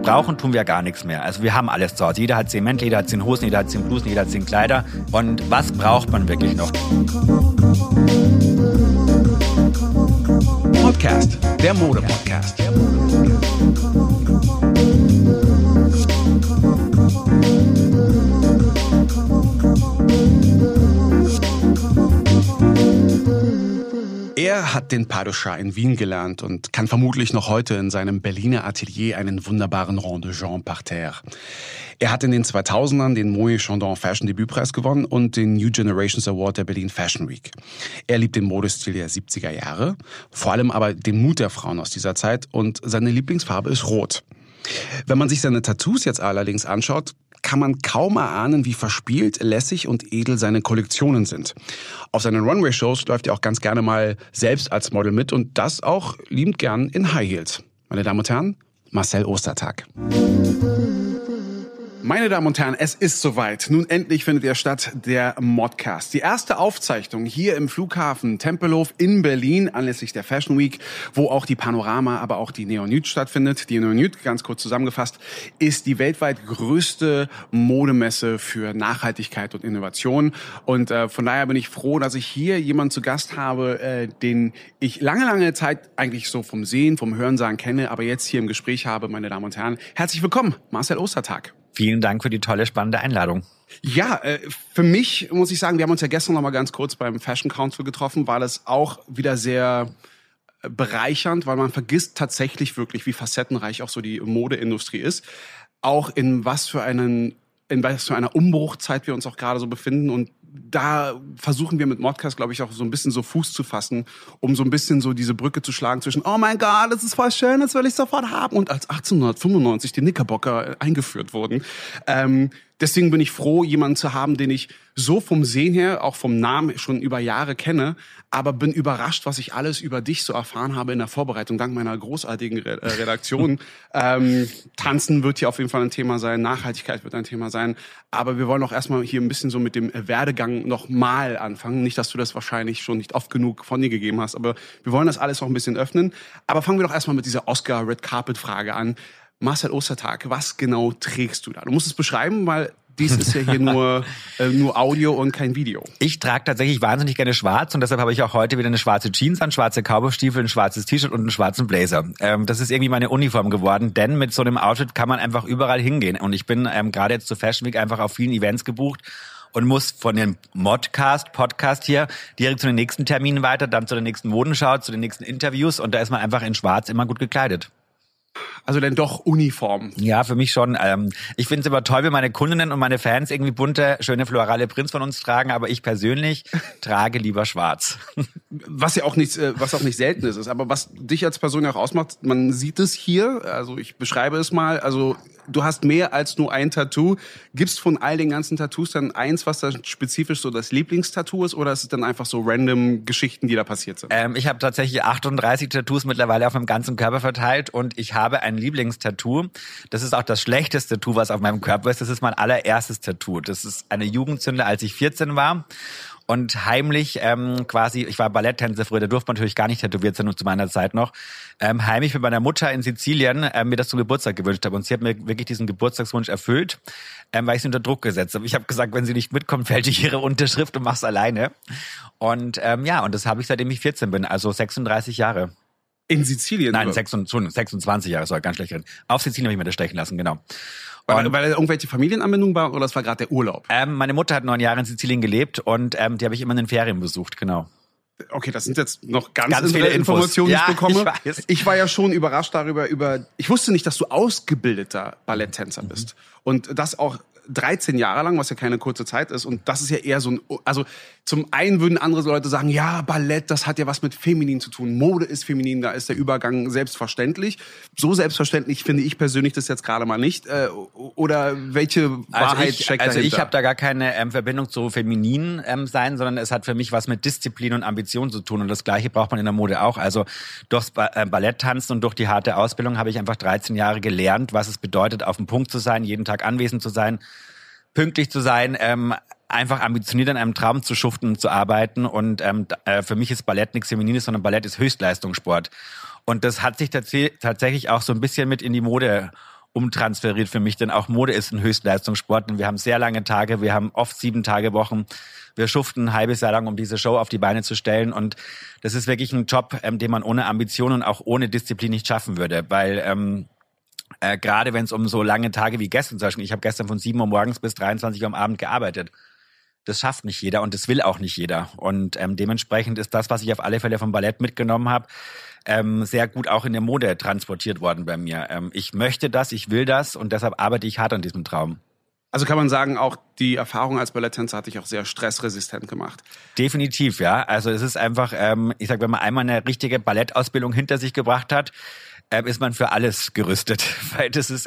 brauchen tun wir gar nichts mehr. Also wir haben alles zu Hause. Jeder hat 10 Mäntel, jeder hat 10 Hosen, jeder hat 10 Blusen, jeder hat 10 Kleider. Und was braucht man wirklich noch? Podcast, der Mode-Podcast. Er hat den Pas de Chat in Wien gelernt und kann vermutlich noch heute in seinem Berliner Atelier einen wunderbaren Rond de Jean Parterre. Er hat in den 2000ern den Moët Chandon Fashion Debütpreis gewonnen und den New Generations Award der Berlin Fashion Week. Er liebt den Modestil der 70er Jahre, vor allem aber den Mut der Frauen aus dieser Zeit, und seine Lieblingsfarbe ist Rot. Wenn man sich seine Tattoos jetzt allerdings anschaut, kann man kaum erahnen, wie verspielt, lässig und edel seine Kollektionen sind. Auf seinen Runway-Shows läuft er auch ganz gerne mal selbst als Model mit, und das auch liebend gern in High Heels. Meine Damen und Herren, Marcel Ostertag. Meine Damen und Herren, es ist soweit. Nun endlich findet er statt, der Modcast. Die erste Aufzeichnung hier im Flughafen Tempelhof in Berlin anlässlich der Fashion Week, wo auch die Panorama, aber auch die Neonut stattfindet. Die Neonut, ganz kurz zusammengefasst, ist die weltweit größte Modemesse für Nachhaltigkeit und Innovation. Und von daher bin ich froh, dass ich hier jemanden zu Gast habe, den ich lange Zeit eigentlich so vom Sehen, vom Hörensagen kenne, aber jetzt hier im Gespräch habe. Meine Damen und Herren, herzlich willkommen, Marcel Ostertag. Vielen Dank für die tolle, spannende Einladung. Ja, für mich muss ich sagen, wir haben uns ja gestern noch mal ganz kurz beim Fashion Council getroffen, war das auch wieder sehr bereichernd, weil man vergisst tatsächlich wirklich, wie facettenreich auch so die Modeindustrie ist. Auch in was für einer Umbruchzeit wir uns auch gerade so befinden, und da versuchen wir mit Modcast, glaube ich, auch so ein bisschen so Fuß zu fassen, um so ein bisschen so diese Brücke zu schlagen zwischen, oh mein Gott, das ist voll schön, das will ich sofort haben, und als 1895 die Knickerbocker eingeführt wurden. Deswegen bin ich froh, jemanden zu haben, den ich so vom Sehen her, auch vom Namen schon über Jahre kenne, aber bin überrascht, was ich alles über dich so erfahren habe in der Vorbereitung, dank meiner großartigen Redaktion. Tanzen wird hier auf jeden Fall ein Thema sein, Nachhaltigkeit wird ein Thema sein, aber wir wollen auch erstmal hier ein bisschen so mit dem Werdegang nochmal anfangen. Nicht, dass du das wahrscheinlich schon nicht oft genug von dir gegeben hast, aber wir wollen das alles noch ein bisschen öffnen. Aber fangen wir doch erstmal mit dieser Oscar-Red-Carpet-Frage an. Marcel Ostertag, was genau trägst du da? Du musst es beschreiben, weil dies ist ja hier nur Audio und kein Video. Ich trage tatsächlich wahnsinnig gerne schwarz, und deshalb habe ich auch heute wieder eine schwarze Jeans an, schwarze Cowboystiefel, ein schwarzes T-Shirt und einen schwarzen Blazer. Das ist irgendwie meine Uniform geworden, denn mit so einem Outfit kann man einfach überall hingehen. Und ich bin gerade jetzt zur Fashion Week einfach auf vielen Events gebucht und muss von dem Podcast hier direkt zu den nächsten Terminen weiter, dann zu der nächsten Modenschau, zu den nächsten Interviews, und da ist man einfach in schwarz immer gut gekleidet. Also dann doch Uniform. Ja, für mich schon. Ich finde es immer toll, wenn meine Kundinnen und meine Fans irgendwie bunte, schöne florale Prints von uns tragen, aber ich persönlich trage lieber schwarz. Was auch nicht Seltenes ist, aber was dich als Person ja auch ausmacht, man sieht es hier, also ich beschreibe es mal, also du hast mehr als nur ein Tattoo. Gibt's von all den ganzen Tattoos dann eins, was dann spezifisch so das Lieblingstattoo ist, oder ist es dann einfach so random Geschichten, die da passiert sind? Ich habe tatsächlich 38 Tattoos mittlerweile auf meinem ganzen Körper verteilt, und ich habe ein Lieblingstattoo. Das ist auch das schlechteste Tattoo, was auf meinem Körper ist. Das ist mein allererstes Tattoo. Das ist eine Jugendsünde, als ich 14 war. Und heimlich quasi, ich war Balletttänzer früher, da durfte man natürlich gar nicht tätowiert sein, und zu meiner Zeit noch, heimlich mit meiner Mutter in Sizilien mir das zum Geburtstag gewünscht habe. Und sie hat mir wirklich diesen Geburtstagswunsch erfüllt, weil ich sie unter Druck gesetzt habe. Ich habe gesagt, wenn sie nicht mitkommt, fälsche ich ihre Unterschrift und mach's alleine. Und und das habe ich, seitdem ich 14 bin, also 36 Jahre. In Sizilien? Nein, 26 Jahre, soll ganz schlecht reden. Auf Sizilien habe ich mir das stechen lassen, genau. Weil irgendwelche Familienanbindungen waren, oder das war gerade der Urlaub? Meine Mutter hat 9 Jahre in Sizilien gelebt, und die habe ich immer in den Ferien besucht, genau. Okay, das sind jetzt noch ganz viele Informationen, die ich bekomme. Ich weiß. Ich war ja schon überrascht darüber, ich wusste nicht, dass du ausgebildeter Balletttänzer bist. Und das auch 13 Jahre lang, was ja keine kurze Zeit ist. Und das ist ja eher so also zum einen würden andere Leute sagen, ja, Ballett, das hat ja was mit feminin zu tun. Mode ist feminin, da ist der Übergang selbstverständlich. So selbstverständlich finde ich persönlich das jetzt gerade mal nicht. Oder welche Wahrheit steckt dahinter? Also ich habe da gar keine Verbindung zu feminin sein, sondern es hat für mich was mit Disziplin und Ambition zu tun. Und das Gleiche braucht man in der Mode auch. Also durchs Balletttanzen und durch die harte Ausbildung habe ich einfach 13 Jahre gelernt, was es bedeutet, auf dem Punkt zu sein, jeden Tag anwesend zu sein, pünktlich zu sein, einfach ambitioniert an einem Traum zu schuften und zu arbeiten. Und für mich ist Ballett nichts Feminines, sondern Ballett ist Höchstleistungssport. Und das hat sich tatsächlich auch so ein bisschen mit in die Mode umtransferiert für mich, denn auch Mode ist ein Höchstleistungssport und wir haben sehr lange Tage, wir haben oft 7-Tage-Wochen. Wir schuften ein halbes Jahr lang, um diese Show auf die Beine zu stellen und das ist wirklich ein Job, den man ohne Ambition und auch ohne Disziplin nicht schaffen würde, weil gerade wenn es um so lange Tage wie gestern zum Beispiel, ich habe gestern von 7 Uhr morgens bis 23 Uhr am Abend gearbeitet. Das schafft nicht jeder und das will auch nicht jeder. Und dementsprechend ist das, was ich auf alle Fälle vom Ballett mitgenommen habe, sehr gut auch in der Mode transportiert worden bei mir. Ich möchte das, ich will das und deshalb arbeite ich hart an diesem Traum. Also kann man sagen, auch die Erfahrung als Balletttänzer hat dich auch sehr stressresistent gemacht. Definitiv, ja. Also es ist einfach, ich sag, wenn man einmal eine richtige Ballettausbildung hinter sich gebracht hat, ist man für alles gerüstet. Weil das ist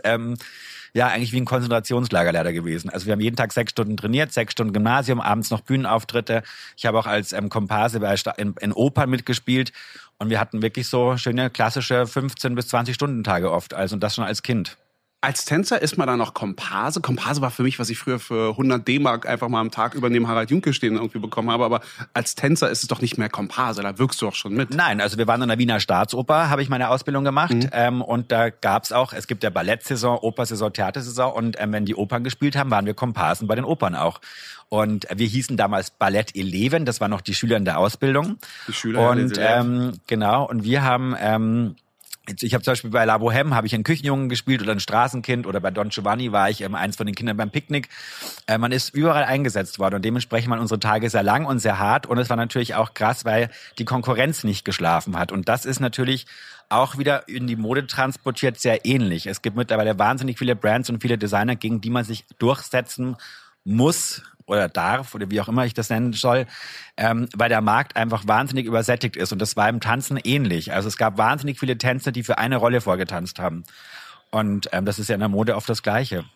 ja eigentlich wie ein Konzentrationslager leider gewesen. Also wir haben jeden Tag 6 Stunden trainiert, 6 Stunden Gymnasium, abends noch Bühnenauftritte. Ich habe auch als Komparse in Opern mitgespielt und wir hatten wirklich so schöne klassische 15 bis 20 Stunden Tage oft. Also und das schon als Kind. Als Tänzer ist man dann noch Komparse. Komparse war für mich, was ich früher für 100 D-Mark einfach mal am Tag über neben Harald Junke stehen irgendwie bekommen habe. Aber als Tänzer ist es doch nicht mehr Komparse, da wirkst du auch schon mit. Nein, also wir waren in der Wiener Staatsoper, habe ich meine Ausbildung gemacht. Und da gab's auch, es gibt ja Ballettsaison, Opersaison, Theatersaison. Und wenn die Opern gespielt haben, waren wir Komparsen bei den Opern auch. Und wir hießen damals Ballett-Eleven, das waren noch die Schüler in der Ausbildung. Die Schüler. Und genau, und wir haben... Ich habe zum Beispiel bei La Bohème habe ich einen Küchenjungen gespielt oder ein Straßenkind oder bei Don Giovanni war ich eins von den Kindern beim Picknick. Man ist überall eingesetzt worden und dementsprechend waren unsere Tage sehr lang und sehr hart und es war natürlich auch krass, weil die Konkurrenz nicht geschlafen hat und das ist natürlich auch wieder in die Mode transportiert sehr ähnlich. Es gibt mittlerweile wahnsinnig viele Brands und viele Designer, gegen die man sich durchsetzen muss oder darf oder wie auch immer ich das nennen soll, weil der Markt einfach wahnsinnig übersättigt ist und das war im Tanzen ähnlich. Also es gab wahnsinnig viele Tänzer, die für eine Rolle vorgetanzt haben und das ist ja in der Mode oft das Gleiche.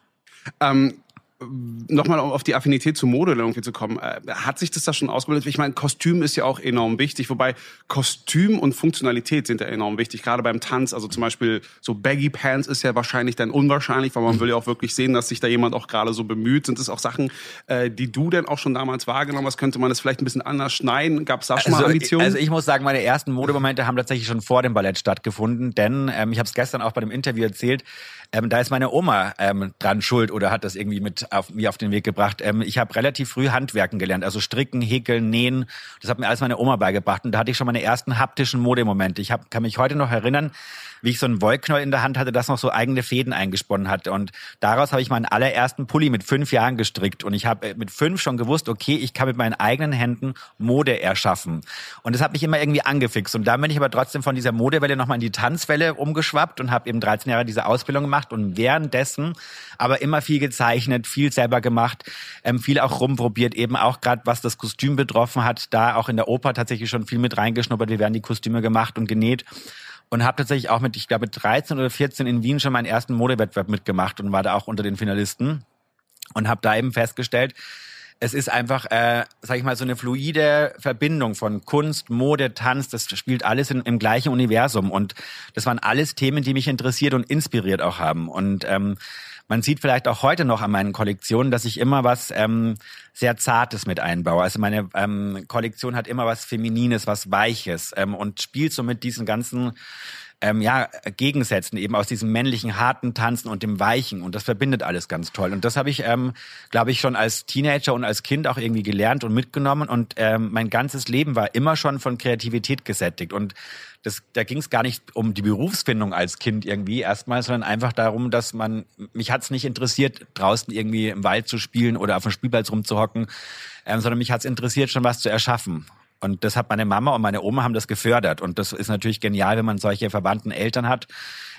Nochmal auf die Affinität zur Mode irgendwie zu kommen. Hat sich das da schon ausgebildet? Ich meine, Kostüm ist ja auch enorm wichtig, wobei Kostüm und Funktionalität sind ja enorm wichtig, gerade beim Tanz. Also zum Beispiel so Baggy Pants ist ja wahrscheinlich dann unwahrscheinlich, weil man will ja auch wirklich sehen, dass sich da jemand auch gerade so bemüht. Sind das auch Sachen, die du denn auch schon damals wahrgenommen hast? Könnte man das vielleicht ein bisschen anders schneiden? Gab es da schon mal Ambitionen? Also ich muss sagen, meine ersten Modemomente haben tatsächlich schon vor dem Ballett stattgefunden, denn ich habe es gestern auch bei dem Interview erzählt, da ist meine Oma dran schuld oder hat das irgendwie mir auf den Weg gebracht. Ich habe relativ früh Handwerken gelernt, also Stricken, Häkeln, Nähen. Das hat mir alles meine Oma beigebracht und da hatte ich schon meine ersten haptischen Modemomente. Kann mich heute noch erinnern, wie ich so einen Wollknäuel in der Hand hatte, das noch so eigene Fäden eingesponnen hatte. Und daraus habe ich meinen allerersten Pulli mit 5 Jahren gestrickt. Und ich habe mit 5 schon gewusst, okay, ich kann mit meinen eigenen Händen Mode erschaffen. Und das hat mich immer irgendwie angefixt. Und dann bin ich aber trotzdem von dieser Modewelle nochmal in die Tanzwelle umgeschwappt und habe eben 13 Jahre diese Ausbildung gemacht und währenddessen aber immer viel gezeichnet, viel selber gemacht, viel auch rumprobiert, eben auch gerade was das Kostüm betroffen hat, da auch in der Oper tatsächlich schon viel mit reingeschnuppert. Wir werden die Kostüme gemacht und genäht. Und habe tatsächlich auch mit 13 oder 14 in Wien schon meinen ersten Modewettbewerb mitgemacht und war da auch unter den Finalisten und habe da eben festgestellt, es ist einfach, sag ich mal, so eine fluide Verbindung von Kunst, Mode, Tanz, das spielt alles im gleichen Universum und das waren alles Themen, die mich interessiert und inspiriert auch haben und man sieht vielleicht auch heute noch an meinen Kollektionen, dass ich immer was sehr Zartes mit einbaue. Also meine Kollektion hat immer was Feminines, was Weiches und spielt so mit diesen ganzen Gegensätzen eben aus diesem männlichen, harten Tanzen und dem Weichen. Und das verbindet alles ganz toll. Und das habe ich, glaube ich, schon als Teenager und als Kind auch irgendwie gelernt und mitgenommen. Und mein ganzes Leben war immer schon von Kreativität gesättigt. Und da ging es gar nicht um die Berufsfindung als Kind irgendwie erstmal, sondern einfach darum, dass mich hat's nicht interessiert, draußen irgendwie im Wald zu spielen oder auf dem Spielplatz rumzuhocken, sondern mich hat's interessiert, schon was zu erschaffen. Und das hat meine Mama und meine Oma haben das gefördert. Und das ist natürlich genial, wenn man solche verwandten Eltern hat,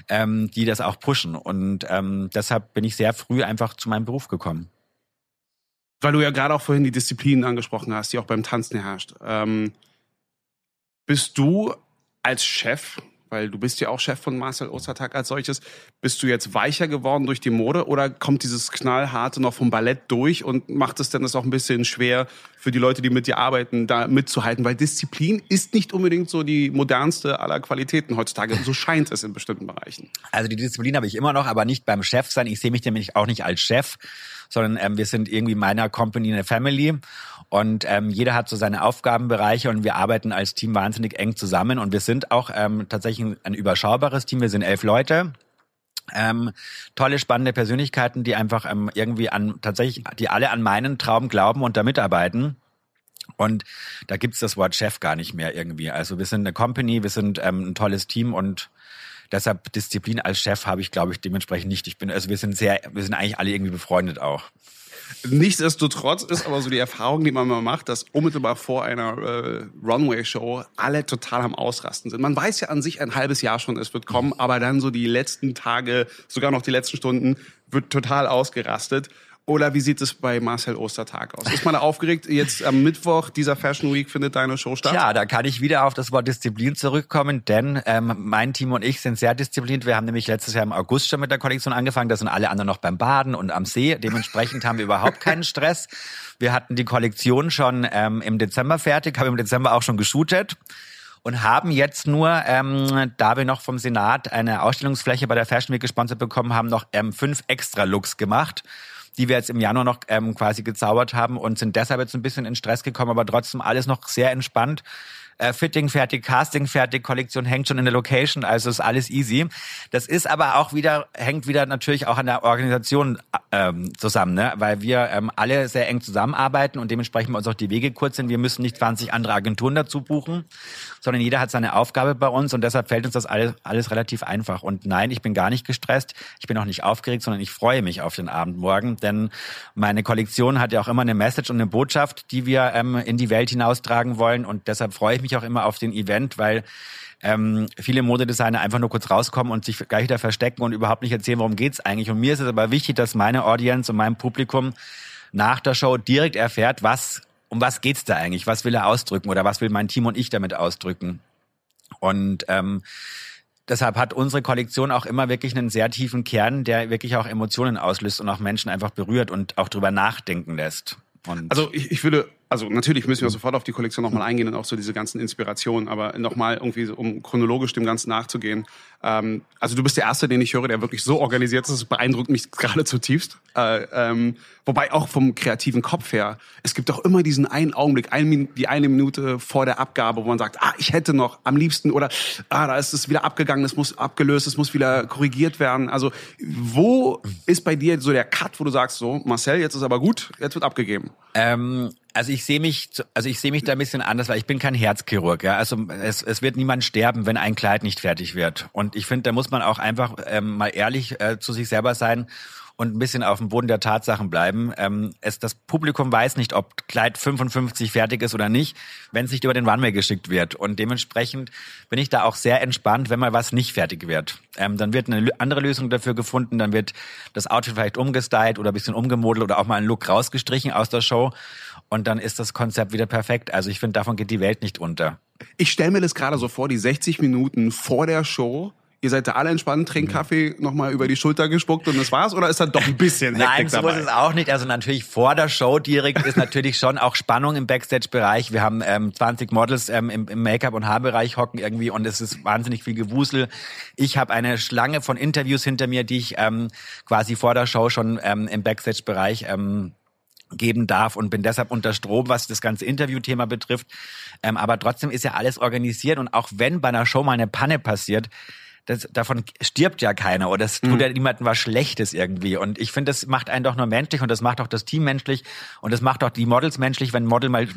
die das auch pushen. Und deshalb bin ich sehr früh einfach zu meinem Beruf gekommen. Weil du ja gerade auch vorhin die Disziplinen angesprochen hast, die auch beim Tanzen herrscht. Bist du als Chef, weil du bist ja auch Chef von Marcel Ostertag als solches, bist du jetzt weicher geworden durch die Mode oder kommt dieses Knallharte noch vom Ballett durch und macht es denn das auch ein bisschen schwer für die Leute, die mit dir arbeiten, da mitzuhalten? Weil Disziplin ist nicht unbedingt so die modernste aller Qualitäten heutzutage. So scheint es in bestimmten Bereichen. Also die Disziplin habe ich immer noch, aber nicht beim Chef sein. Ich sehe mich nämlich auch nicht als Chef, sondern wir sind irgendwie meiner Company eine Family und jeder hat so seine Aufgabenbereiche und wir arbeiten als Team wahnsinnig eng zusammen und wir sind auch tatsächlich ein überschaubares Team. Wir sind 11 Leute Tolle, spannende Persönlichkeiten, die einfach irgendwie die alle an meinen Traum glauben und da mitarbeiten. Und da gibt's das Wort Chef gar nicht mehr irgendwie. Also wir sind eine Company, wir sind ein tolles Team und deshalb Disziplin als Chef habe ich, glaube ich, dementsprechend nicht. Wir sind eigentlich alle irgendwie befreundet auch. Nichtsdestotrotz ist aber so die Erfahrung, die man mal macht, dass unmittelbar vor einer Runway-Show alle total am Ausrasten sind. Man weiß ja an sich ein halbes Jahr schon, es wird kommen, aber dann so die letzten Tage, sogar noch die letzten Stunden, wird total ausgerastet. Oder wie sieht es bei Marcel Ostertag aus? Ist man da aufgeregt? Jetzt am Mittwoch dieser Fashion Week findet deine Show statt? Ja, da kann ich wieder auf das Wort Disziplin zurückkommen, denn mein Team und ich sind sehr diszipliniert. Wir haben nämlich letztes Jahr im August schon mit der Kollektion angefangen. Da sind alle anderen noch beim Baden und am See. Dementsprechend haben wir überhaupt keinen Stress. Wir hatten die Kollektion schon im Dezember fertig, haben im Dezember auch schon geshootet. Und haben jetzt nur, da wir noch vom Senat eine Ausstellungsfläche bei der Fashion Week gesponsert bekommen haben, noch 5 Extra-Looks gemacht, die wir jetzt im Januar noch quasi gezaubert haben und sind deshalb jetzt ein bisschen in Stress gekommen, aber trotzdem alles noch sehr entspannt. Fitting fertig, Casting fertig, Kollektion hängt schon in der Location, also ist alles easy. Das ist aber auch hängt wieder natürlich auch an der Organisation zusammen, ne? Weil wir alle sehr eng zusammenarbeiten und dementsprechend bei uns auch die Wege kurz sind. Wir müssen nicht 20 andere Agenturen dazu buchen, sondern jeder hat seine Aufgabe bei uns und deshalb fällt uns das alles relativ einfach. Und nein, ich bin gar nicht gestresst, ich bin auch nicht aufgeregt, sondern ich freue mich auf den Abend morgen, denn meine Kollektion hat ja auch immer eine Message und eine Botschaft, die wir in die Welt hinaustragen wollen und deshalb freue ich mich auch immer auf den Event, weil viele Modedesigner einfach nur kurz rauskommen und sich gleich wieder verstecken und überhaupt nicht erzählen, worum geht's eigentlich. Und mir ist es aber wichtig, dass meine Audience und mein Publikum nach der Show direkt erfährt, um was geht's da eigentlich, was will er ausdrücken oder was will mein Team und ich damit ausdrücken. Und deshalb hat unsere Kollektion auch immer wirklich einen sehr tiefen Kern, der wirklich auch Emotionen auslöst und auch Menschen einfach berührt und auch drüber nachdenken lässt. Und also natürlich müssen wir sofort auf die Kollektion nochmal eingehen und auch so diese ganzen Inspirationen, aber nochmal irgendwie, um chronologisch dem Ganzen nachzugehen. Also du bist der Erste, den ich höre, der wirklich so organisiert ist, das beeindruckt mich gerade zutiefst. Wobei auch vom kreativen Kopf her, es gibt doch immer diesen einen Augenblick, die eine Minute vor der Abgabe, wo man sagt, ich hätte noch am liebsten oder da ist es wieder abgegangen, es muss abgelöst, es muss wieder korrigiert werden. Also wo ist bei dir so der Cut, wo du sagst, so Marcel, jetzt ist aber gut, jetzt wird abgegeben? Also ich sehe mich da ein bisschen anders, weil ich bin kein Herzchirurg. Ja? Also es wird niemand sterben, wenn ein Kleid nicht fertig wird. Und ich finde, da muss man auch einfach mal ehrlich zu sich selber sein und ein bisschen auf dem Boden der Tatsachen bleiben. Das Publikum weiß nicht, ob Kleid 55 fertig ist oder nicht, wenn es nicht über den Runway geschickt wird. Und dementsprechend bin ich da auch sehr entspannt, wenn mal was nicht fertig wird. Dann wird eine andere Lösung dafür gefunden, dann wird das Outfit vielleicht umgestylt oder ein bisschen umgemodelt oder auch mal ein Look rausgestrichen aus der Show. Und dann ist das Konzept wieder perfekt. Also ich finde, davon geht die Welt nicht unter. Ich stelle mir das gerade so vor, die 60 Minuten vor der Show. Ihr seid da alle entspannt, trinkt Kaffee, nochmal über die Schulter gespuckt und das war's? Oder ist da doch ein bisschen Hektik Nein, so dabei? ist es auch nicht. Also natürlich vor der Show direkt ist natürlich schon auch Spannung im Backstage-Bereich. Wir haben 20 Models im Make-up- und Haarbereich hocken irgendwie und es ist wahnsinnig viel Gewusel. Ich habe eine Schlange von Interviews hinter mir, die ich quasi vor der Show schon im Backstage-Bereich geben darf und bin deshalb unter Strom, was das ganze Interviewthema betrifft. Aber trotzdem ist ja alles organisiert und auch wenn bei einer Show mal eine Panne passiert, davon stirbt ja keiner oder es tut ja niemandem was Schlechtes irgendwie. Und ich finde, das macht einen doch nur menschlich und das macht auch das Team menschlich und das macht auch die Models menschlich, wenn ein Model mal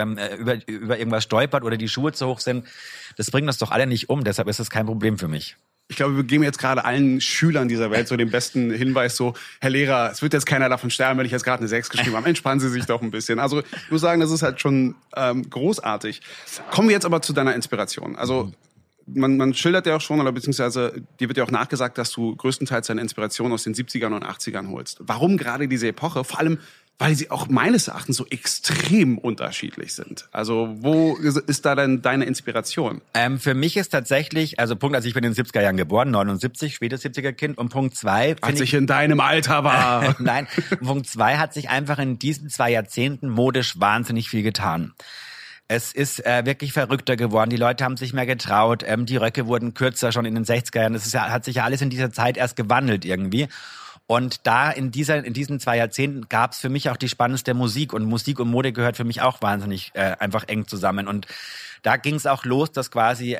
über irgendwas stolpert oder die Schuhe zu hoch sind. Das bringt uns doch alle nicht um, deshalb ist das kein Problem für mich. Ich glaube, wir geben jetzt gerade allen Schülern dieser Welt so den besten Hinweis, so, Herr Lehrer, es wird jetzt keiner davon sterben, wenn ich jetzt gerade eine 6 geschrieben habe. Entspannen Sie sich doch ein bisschen. Also ich muss sagen, das ist halt schon großartig. Kommen wir jetzt aber zu deiner Inspiration. Also man schildert ja auch schon, oder beziehungsweise dir wird ja auch nachgesagt, dass du größtenteils deine Inspiration aus den 70ern und 80ern holst. Warum gerade diese Epoche? Vor allem, weil sie auch meines Erachtens so extrem unterschiedlich sind. Also wo ist da denn deine Inspiration? Für mich ist tatsächlich, also Punkt, also ich bin in den 70er Jahren geboren, 79, spätes 70er Kind und Punkt 2. Als ich in deinem Alter war. Nein, Punkt 2 hat sich einfach in diesen 2 Jahrzehnten modisch wahnsinnig viel getan. Es ist wirklich verrückter geworden. Die Leute haben sich mehr getraut. Die Röcke wurden kürzer schon in den 60er Jahren. Hat sich ja alles in dieser Zeit erst gewandelt irgendwie. Und da in diesen 2 Jahrzehnten gab es für mich auch die spannendste Musik. Und Musik und Mode gehört für mich auch wahnsinnig einfach eng zusammen. Und da ging es auch los, dass quasi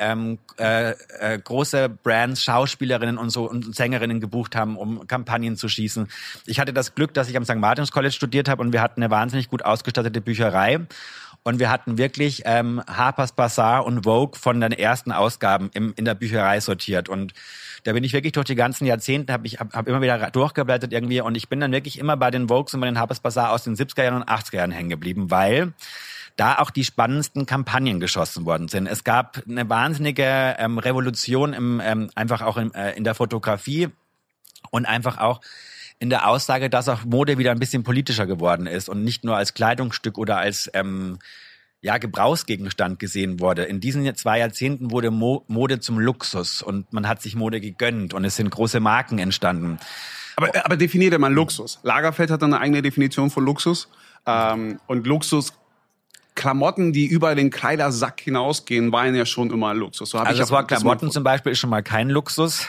große Brands, Schauspielerinnen und so und Sängerinnen gebucht haben, um Kampagnen zu schießen. Ich hatte das Glück, dass ich am St. Martins College studiert habe und wir hatten eine wahnsinnig gut ausgestattete Bücherei. Und wir hatten wirklich Harper's Bazaar und Vogue von den ersten Ausgaben in der Bücherei sortiert. Und da bin ich wirklich durch die ganzen Jahrzehnte, hab immer wieder durchgeblättert irgendwie. Und ich bin dann wirklich immer bei den Vogues und bei den Harper's Bazaar aus den 70er Jahren und 80er Jahren hängen geblieben, weil da auch die spannendsten Kampagnen geschossen worden sind. Es gab eine wahnsinnige Revolution einfach auch in der Fotografie und einfach auch in der Aussage, dass auch Mode wieder ein bisschen politischer geworden ist und nicht nur als Kleidungsstück oder als Gebrauchsgegenstand gesehen wurde. In diesen 2 Jahrzehnten wurde Mode zum Luxus und man hat sich Mode gegönnt und es sind große Marken entstanden. Aber definiert mal Luxus. Lagerfeld hat eine eigene Definition von Luxus. Und Luxus, Klamotten, die über den Kleidersack hinausgehen, waren ja schon immer Luxus. So also das Wort Klamotten zum Beispiel ist schon mal kein Luxus.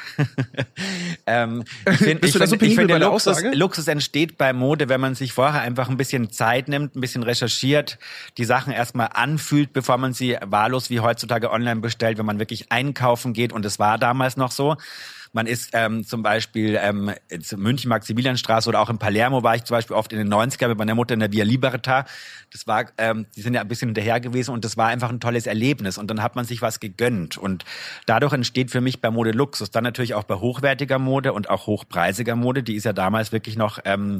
Bist du da so penibel bei der Aussage? Luxus entsteht bei Mode, wenn man sich vorher einfach ein bisschen Zeit nimmt, ein bisschen recherchiert, die Sachen erstmal anfühlt, bevor man sie wahllos wie heutzutage online bestellt, wenn man wirklich einkaufen geht. Und das war damals noch so. Man ist zum Beispiel in München, Maximilianstraße oder auch in Palermo war ich zum Beispiel oft in den 90ern mit meiner Mutter in der Via Libertà. Das war, die sind ja ein bisschen hinterher gewesen und das war einfach ein tolles Erlebnis und dann hat man sich was gegönnt und dadurch entsteht für mich bei Mode Luxus. Dann natürlich auch bei hochwertiger Mode und auch hochpreisiger Mode, die ist ja damals wirklich noch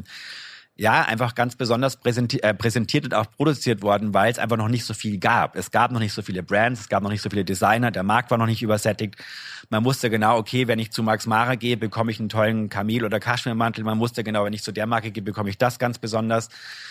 einfach ganz besonders präsentiert und auch produziert worden, weil es einfach noch nicht so viel gab. Es gab noch nicht so viele Brands, es gab noch nicht so viele Designer, der Markt war noch nicht übersättigt. Man wusste genau, okay, wenn ich zu Max Mara gehe, bekomme ich einen tollen Kamel- oder Kaschmirmantel. Man wusste genau, wenn ich zu der Marke gehe, bekomme ich das ganz besonders.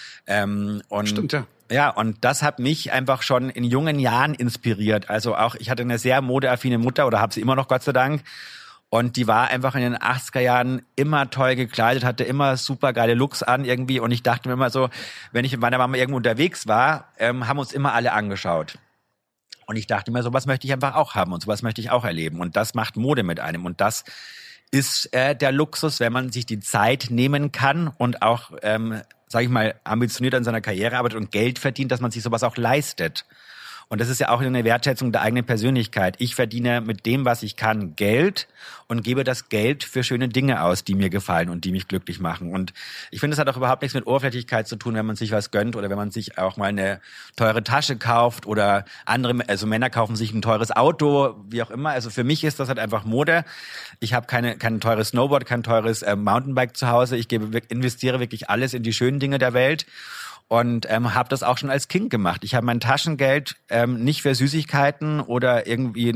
Stimmt, ja. Ja, und das hat mich einfach schon in jungen Jahren inspiriert. Also auch, ich hatte eine sehr modeaffine Mutter oder habe sie immer noch, Gott sei Dank. Und die war einfach in den 80er Jahren immer toll gekleidet, hatte immer super geile Looks an irgendwie. Und ich dachte mir immer so, wenn ich mit meiner Mama irgendwo unterwegs war, haben uns immer alle angeschaut. Und ich dachte mir, sowas möchte ich einfach auch haben und sowas möchte ich auch erleben. Und das macht Mode mit einem. Und das ist der Luxus, wenn man sich die Zeit nehmen kann und auch, sage ich mal, ambitioniert an seiner Karriere arbeitet und Geld verdient, dass man sich sowas auch leistet. Und das ist ja auch eine Wertschätzung der eigenen Persönlichkeit. Ich verdiene mit dem, was ich kann, Geld und gebe das Geld für schöne Dinge aus, die mir gefallen und die mich glücklich machen. Und ich finde, es hat auch überhaupt nichts mit Oberflächlichkeit zu tun, wenn man sich was gönnt oder wenn man sich auch mal eine teure Tasche kauft oder andere, also Männer kaufen sich ein teures Auto, wie auch immer. Also für mich ist das halt einfach Mode. Ich habe kein teures Snowboard, kein teures Mountainbike zu Hause. Ich investiere wirklich alles in die schönen Dinge der Welt. Und habe das auch schon als Kind gemacht. Ich habe mein Taschengeld nicht für Süßigkeiten oder irgendwie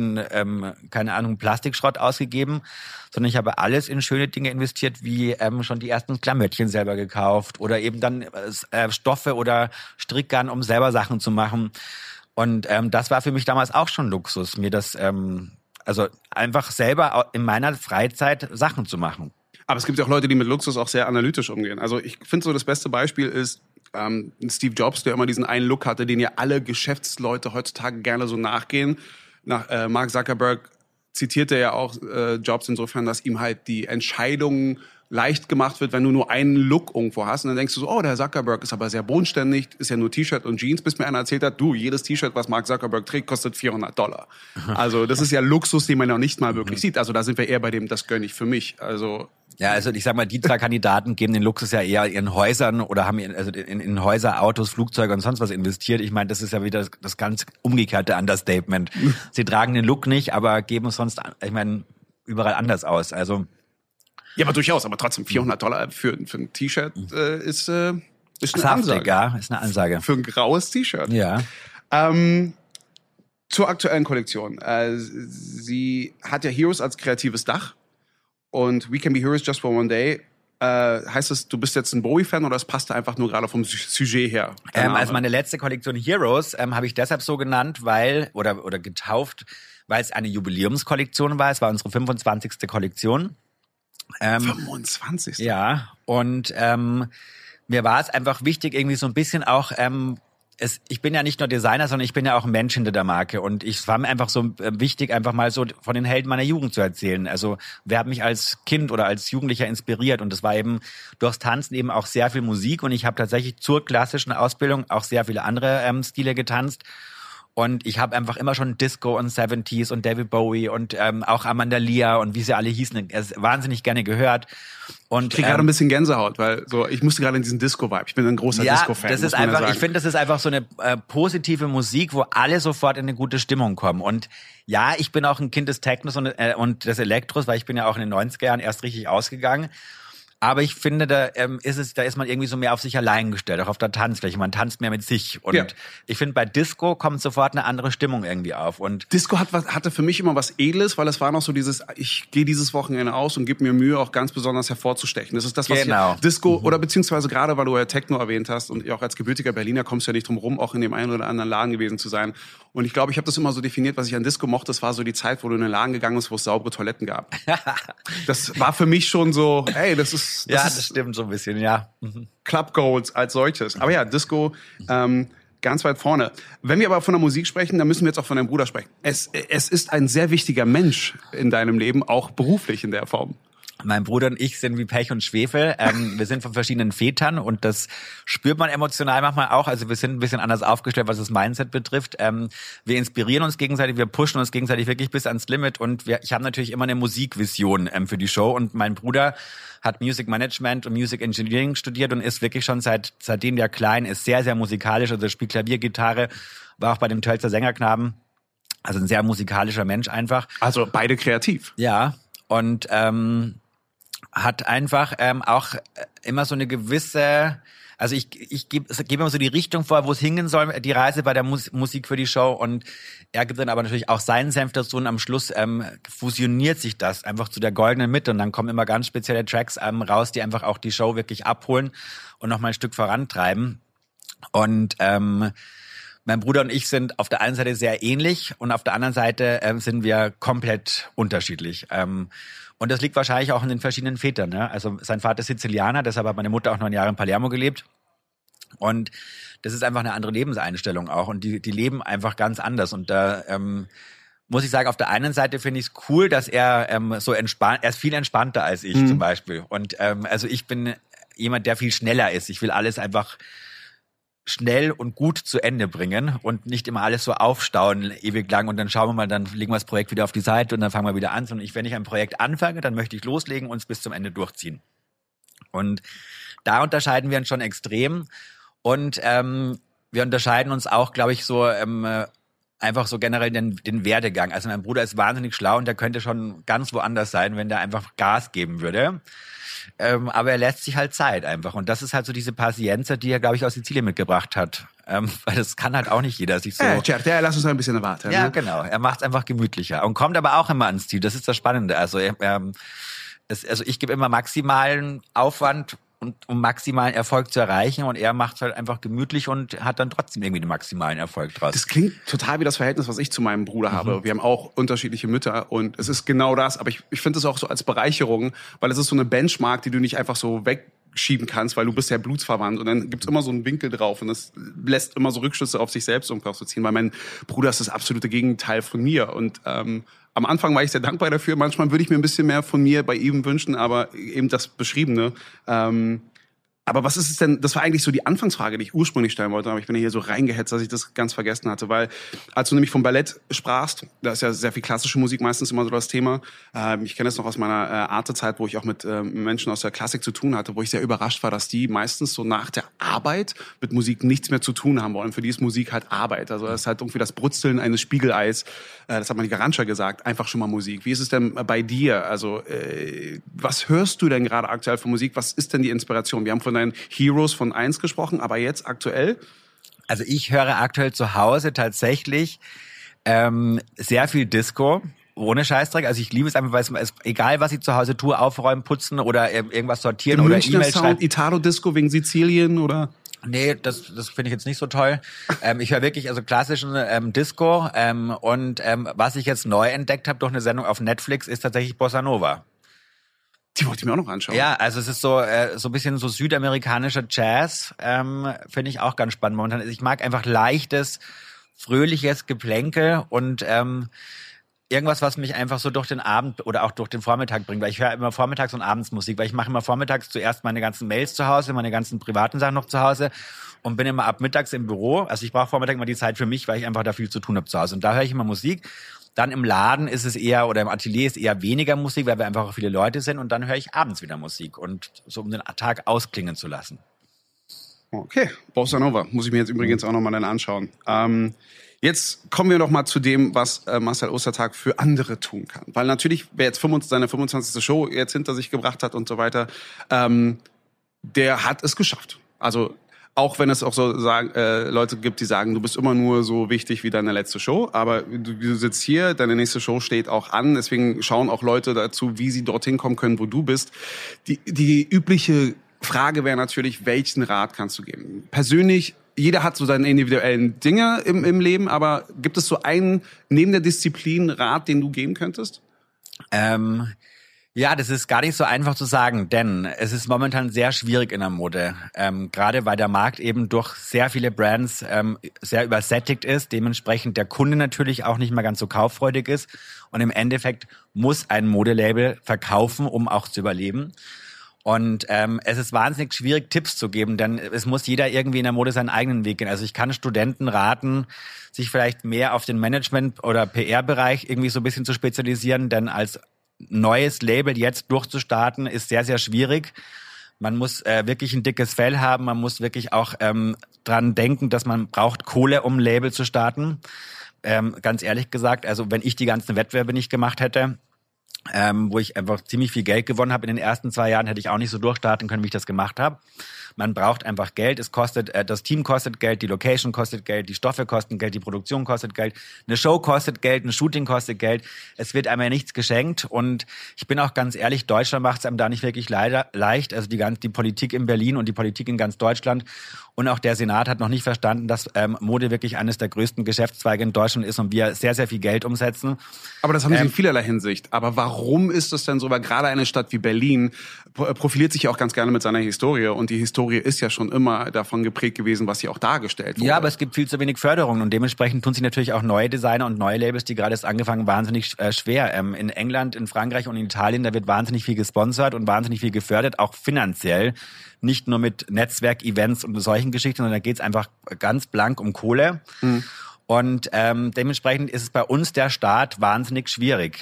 keine Ahnung, Plastikschrott ausgegeben, sondern ich habe alles in schöne Dinge investiert, wie schon die ersten Klamöttchen selber gekauft oder eben dann Stoffe oder Strickgarn, um selber Sachen zu machen. Und das war für mich damals auch schon Luxus, mir das also einfach selber in meiner Freizeit Sachen zu machen. Aber es gibt ja auch Leute, die mit Luxus auch sehr analytisch umgehen. Also ich finde so, das beste Beispiel ist Steve Jobs, der immer diesen einen Look hatte, den ja alle Geschäftsleute heutzutage gerne so nachgehen. Mark Zuckerberg zitierte ja auch Jobs insofern, dass ihm halt die Entscheidung leicht gemacht wird, wenn du nur einen Look irgendwo hast. Und dann denkst du so, oh, der Zuckerberg ist aber sehr bodenständig, ist ja nur T-Shirt und Jeans, bis mir einer erzählt hat, du, jedes T-Shirt, was Mark Zuckerberg trägt, kostet $400. Also das ist ja Luxus, den man noch nicht mal wirklich sieht. Also da sind wir eher bei dem, das gönne ich für mich. Also ja, also ich sag mal, die 2 Kandidaten geben den Luxus ja eher in Häusern oder haben in Häuser, Autos, Flugzeuge und sonst was investiert. Ich meine, das ist ja wieder das ganz umgekehrte Understatement. Sie tragen den Look nicht, aber geben sonst, ich meine, überall anders aus. Also ja, aber durchaus, aber trotzdem $400 für ein T-Shirt ist eine Ansage. Ja, ist eine Ansage. Für ein graues T-Shirt. Ja. Zur aktuellen Kollektion. Sie hat ja Heroes als kreatives Dach und We Can Be Heroes Just for One Day. Heißt es, du bist jetzt ein Bowie-Fan oder es passt einfach nur gerade vom Sujet her? Also meine letzte Kollektion Heroes habe ich deshalb so genannt, weil oder getauft, weil es eine Jubiläumskollektion war. Es war unsere 25. Kollektion. 25. Ja, und mir war es einfach wichtig, irgendwie so ein bisschen auch ich bin ja nicht nur Designer, sondern ich bin ja auch ein Mensch hinter der Marke. Und es war mir einfach so wichtig, einfach mal so von den Helden meiner Jugend zu erzählen. Also wer hat mich als Kind oder als Jugendlicher inspiriert? Und das war eben durchs Tanzen eben auch sehr viel Musik. Und ich habe tatsächlich zur klassischen Ausbildung auch sehr viele andere Stile getanzt. Und ich habe einfach immer schon Disco und 70s und David Bowie und auch Amanda Lear und wie sie alle hießen, wahnsinnig gerne gehört. Und ich kriege gerade ein bisschen Gänsehaut, weil so ich musste gerade in diesen Disco-Vibe. Ich bin ein großer Disco-Fan. Das ist einfach, ich finde, das ist einfach so eine positive Musik, wo alle sofort in eine gute Stimmung kommen. Und ja, ich bin auch ein Kind des Technos und des Elektros, weil ich bin ja auch in den 90er Jahren erst richtig ausgegangen. Aber ich finde, da ist man irgendwie so mehr auf sich allein gestellt, auch auf der Tanzfläche. Man tanzt mehr mit sich. Und ich finde, bei Disco kommt sofort eine andere Stimmung irgendwie auf. Und Disco hatte für mich immer was Edles, weil es war noch so dieses, ich gehe dieses Wochenende aus und gebe mir Mühe, auch ganz besonders hervorzustechen. Das ist das, was Disco oder beziehungsweise gerade, weil du ja Techno erwähnt hast und auch als gebürtiger Berliner kommst du ja nicht drum rum, auch in dem einen oder anderen Laden gewesen zu sein. Und ich glaube, ich habe das immer so definiert, was ich an Disco mochte. Das war so die Zeit, wo du in den Laden gegangen bist, wo es saubere Toiletten gab. Das war für mich schon so, hey, das das stimmt so ein bisschen, ja. Club Goals als solches. Aber ja, Disco ganz weit vorne. Wenn wir aber von der Musik sprechen, dann müssen wir jetzt auch von deinem Bruder sprechen. Es ist ein sehr wichtiger Mensch in deinem Leben, auch beruflich in der Form. Mein Bruder und ich sind wie Pech und Schwefel. Wir sind von verschiedenen Vätern und das spürt man emotional manchmal auch. Also wir sind ein bisschen anders aufgestellt, was das Mindset betrifft. Wir inspirieren uns gegenseitig, wir pushen uns gegenseitig wirklich bis ans Limit und ich habe natürlich immer eine Musikvision für die Show und mein Bruder hat Music Management und Music Engineering studiert und ist wirklich schon seitdem der klein ist sehr, sehr musikalisch. Also spielt Klavier, Gitarre, war auch bei dem Tölzer Sängerknaben. Also ein sehr musikalischer Mensch einfach. Also beide kreativ. Ja, und hat einfach auch immer so eine gewisse, also ich gebe immer so die Richtung vor, wo es hingehen soll, die Reise bei der Musik für die Show und er gibt dann aber natürlich auch seinen Senf dazu und am Schluss fusioniert sich das einfach zu der goldenen Mitte und dann kommen immer ganz spezielle Tracks raus, die einfach auch die Show wirklich abholen und nochmal ein Stück vorantreiben und mein Bruder und ich sind auf der einen Seite sehr ähnlich und auf der anderen Seite sind wir komplett unterschiedlich. Und das liegt wahrscheinlich auch in den verschiedenen Vätern. Ne? Also sein Vater ist Sizilianer, deshalb hat meine Mutter auch 9 Jahre in Palermo gelebt. Und das ist einfach eine andere Lebenseinstellung auch. Und die leben einfach ganz anders. Und da muss ich sagen, auf der einen Seite finde ich es cool, dass er so entspannt, er ist viel entspannter als ich zum Beispiel. Und also ich bin jemand, der viel schneller ist. Ich will alles einfach schnell und gut zu Ende bringen und nicht immer alles so aufstauen ewig lang und dann schauen wir mal, dann legen wir das Projekt wieder auf die Seite und dann fangen wir wieder an. Sondern wenn ich ein Projekt anfange, dann möchte ich loslegen und es bis zum Ende durchziehen. Und da unterscheiden wir uns schon extrem und wir unterscheiden uns auch, glaube ich, so einfach so generell den Werdegang. Also mein Bruder ist wahnsinnig schlau und der könnte schon ganz woanders sein, wenn der einfach Gas geben würde. Aber er lässt sich halt Zeit einfach. Und das ist halt so diese Pazienza, die er, glaube ich, aus Sizilien mitgebracht hat. Weil das kann halt auch nicht jeder sich so... Lass uns ein bisschen warten. Ja, genau. Er macht es einfach gemütlicher. Und kommt aber auch immer ans Ziel. Das ist das Spannende. Also, ich gebe immer maximalen Aufwand, um maximalen Erfolg zu erreichen. Und er macht es halt einfach gemütlich und hat dann trotzdem irgendwie den maximalen Erfolg draus. Das klingt total wie das Verhältnis, was ich zu meinem Bruder habe. Wir haben auch unterschiedliche Mütter und es ist genau das. Aber ich finde es auch so als Bereicherung, weil es ist so eine Benchmark, die du nicht einfach so wegschieben kannst, weil du bist ja blutsverwandt. Und dann gibt's immer so einen Winkel drauf und das lässt immer so Rückschlüsse auf sich selbst zu ziehen. Weil mein Bruder ist das absolute Gegenteil von mir. Und am Anfang war ich sehr dankbar dafür. Manchmal würde ich mir ein bisschen mehr von mir bei ihm wünschen, aber eben das Beschriebene. Aber was ist es denn, das war eigentlich so die Anfangsfrage, die ich ursprünglich stellen wollte, aber ich bin hier so reingehetzt, dass ich das ganz vergessen hatte, weil als du nämlich vom Ballett sprachst, da ist ja sehr viel klassische Musik meistens immer so das Thema. Ich kenne das noch aus meiner Arte-Zeit, wo ich auch mit Menschen aus der Klassik zu tun hatte, wo ich sehr überrascht war, dass die meistens so nach der Arbeit mit Musik nichts mehr zu tun haben wollen. Für die ist Musik halt Arbeit. Also das ist halt irgendwie das Brutzeln eines Spiegeleis, das hat man die Garantia gesagt, einfach schon mal Musik. Wie ist es denn bei dir? Also was hörst du denn gerade aktuell für Musik? Was ist denn die Inspiration? Wir haben von deinen Heroes von 1 gesprochen, aber jetzt aktuell? Also ich höre aktuell zu Hause tatsächlich sehr viel Disco. Ohne Scheißdreck. Also ich liebe es einfach, weil es egal, was ich zu Hause tue, aufräumen, putzen oder irgendwas sortieren oder E-Mails schreiben. Italo-Disco wegen Sizilien oder? Nee, das finde ich jetzt nicht so toll. Ich höre wirklich also klassischen Disco und was ich jetzt neu entdeckt habe durch eine Sendung auf Netflix ist tatsächlich Bossa Nova. Die wollte ich mir auch noch anschauen. Ja, also es ist so ein bisschen so südamerikanischer Jazz, finde ich auch ganz spannend momentan. Ich mag einfach leichtes, fröhliches Geplänkel und irgendwas, was mich einfach so durch den Abend oder auch durch den Vormittag bringt, weil ich höre immer vormittags und abends Musik, weil ich mache immer vormittags zuerst meine ganzen Mails zu Hause, meine ganzen privaten Sachen noch zu Hause und bin immer ab mittags im Büro. Also ich brauche vormittags immer die Zeit für mich, weil ich einfach da viel zu tun habe zu Hause. Und da höre ich immer Musik. Dann im Laden ist es eher, oder im Atelier ist eher weniger Musik, weil wir einfach auch viele Leute sind. Und dann höre ich abends wieder Musik und so, um den Tag ausklingen zu lassen. Okay, Bossa Nova. Muss ich mir jetzt übrigens auch nochmal dann anschauen. Jetzt kommen wir noch mal zu dem, was Marcel Ostertag für andere tun kann. Weil natürlich, wer jetzt seine 25. Show jetzt hinter sich gebracht hat und so weiter, der hat es geschafft. Also auch wenn es auch so Leute gibt, die sagen, du bist immer nur so wichtig wie deine letzte Show, aber du sitzt hier, deine nächste Show steht auch an, deswegen schauen auch Leute dazu, wie sie dorthin kommen können, wo du bist. Die übliche Frage wäre natürlich, welchen Rat kannst du geben? Persönlich, jeder hat so seine individuellen Dinge im Leben, aber gibt es so einen, neben der Disziplin, Rat, den du geben könntest? Ja, das ist gar nicht so einfach zu sagen, denn es ist momentan sehr schwierig in der Mode. Gerade weil der Markt eben durch sehr viele Brands sehr übersättigt ist, dementsprechend der Kunde natürlich auch nicht mehr ganz so kauffreudig ist. Und im Endeffekt muss ein Modelabel verkaufen, um auch zu überleben. Und es ist wahnsinnig schwierig, Tipps zu geben, denn es muss jeder irgendwie in der Mode seinen eigenen Weg gehen. Also ich kann Studenten raten, sich vielleicht mehr auf den Management- oder PR-Bereich irgendwie so ein bisschen zu spezialisieren, denn als neues Label jetzt durchzustarten, ist sehr, sehr schwierig. Man muss wirklich ein dickes Fell haben, man muss wirklich auch dran denken, dass man braucht Kohle, um ein Label zu starten. Ganz ehrlich gesagt, also wenn ich die ganzen Wettbewerbe nicht gemacht hätte, wo ich einfach ziemlich viel Geld gewonnen habe in den ersten 2 Jahren, hätte ich auch nicht so durchstarten können, wie ich das gemacht habe. Man braucht einfach Geld. Es kostet, das Team kostet Geld, die Location kostet Geld, die Stoffe kosten Geld, die Produktion kostet Geld, eine Show kostet Geld, ein Shooting kostet Geld. Es wird einem ja nichts geschenkt. Und ich bin auch ganz ehrlich, Deutschland macht es einem da nicht wirklich leicht. Also die Politik in Berlin und die Politik in ganz Deutschland und auch der Senat hat noch nicht verstanden, dass Mode wirklich eines der größten Geschäftszweige in Deutschland ist und wir sehr, sehr viel Geld umsetzen. Aber das haben sie in vielerlei Hinsicht. Aber warum ist es denn so? Weil gerade eine Stadt wie Berlin profiliert sich ja auch ganz gerne mit seiner Historie. Und die Historie ist ja schon immer davon geprägt gewesen, was hier auch dargestellt wurde. Ja, aber es gibt viel zu wenig Förderung. Und dementsprechend tun sich natürlich auch neue Designer und neue Labels, die gerade erst angefangen, wahnsinnig schwer. In England, in Frankreich und in Italien, da wird wahnsinnig viel gesponsert und wahnsinnig viel gefördert, auch finanziell. Nicht nur mit Netzwerk-Events und solchen Geschichten, sondern da geht's einfach ganz blank um Kohle. Mhm. Und dementsprechend ist es bei uns der Start wahnsinnig schwierig,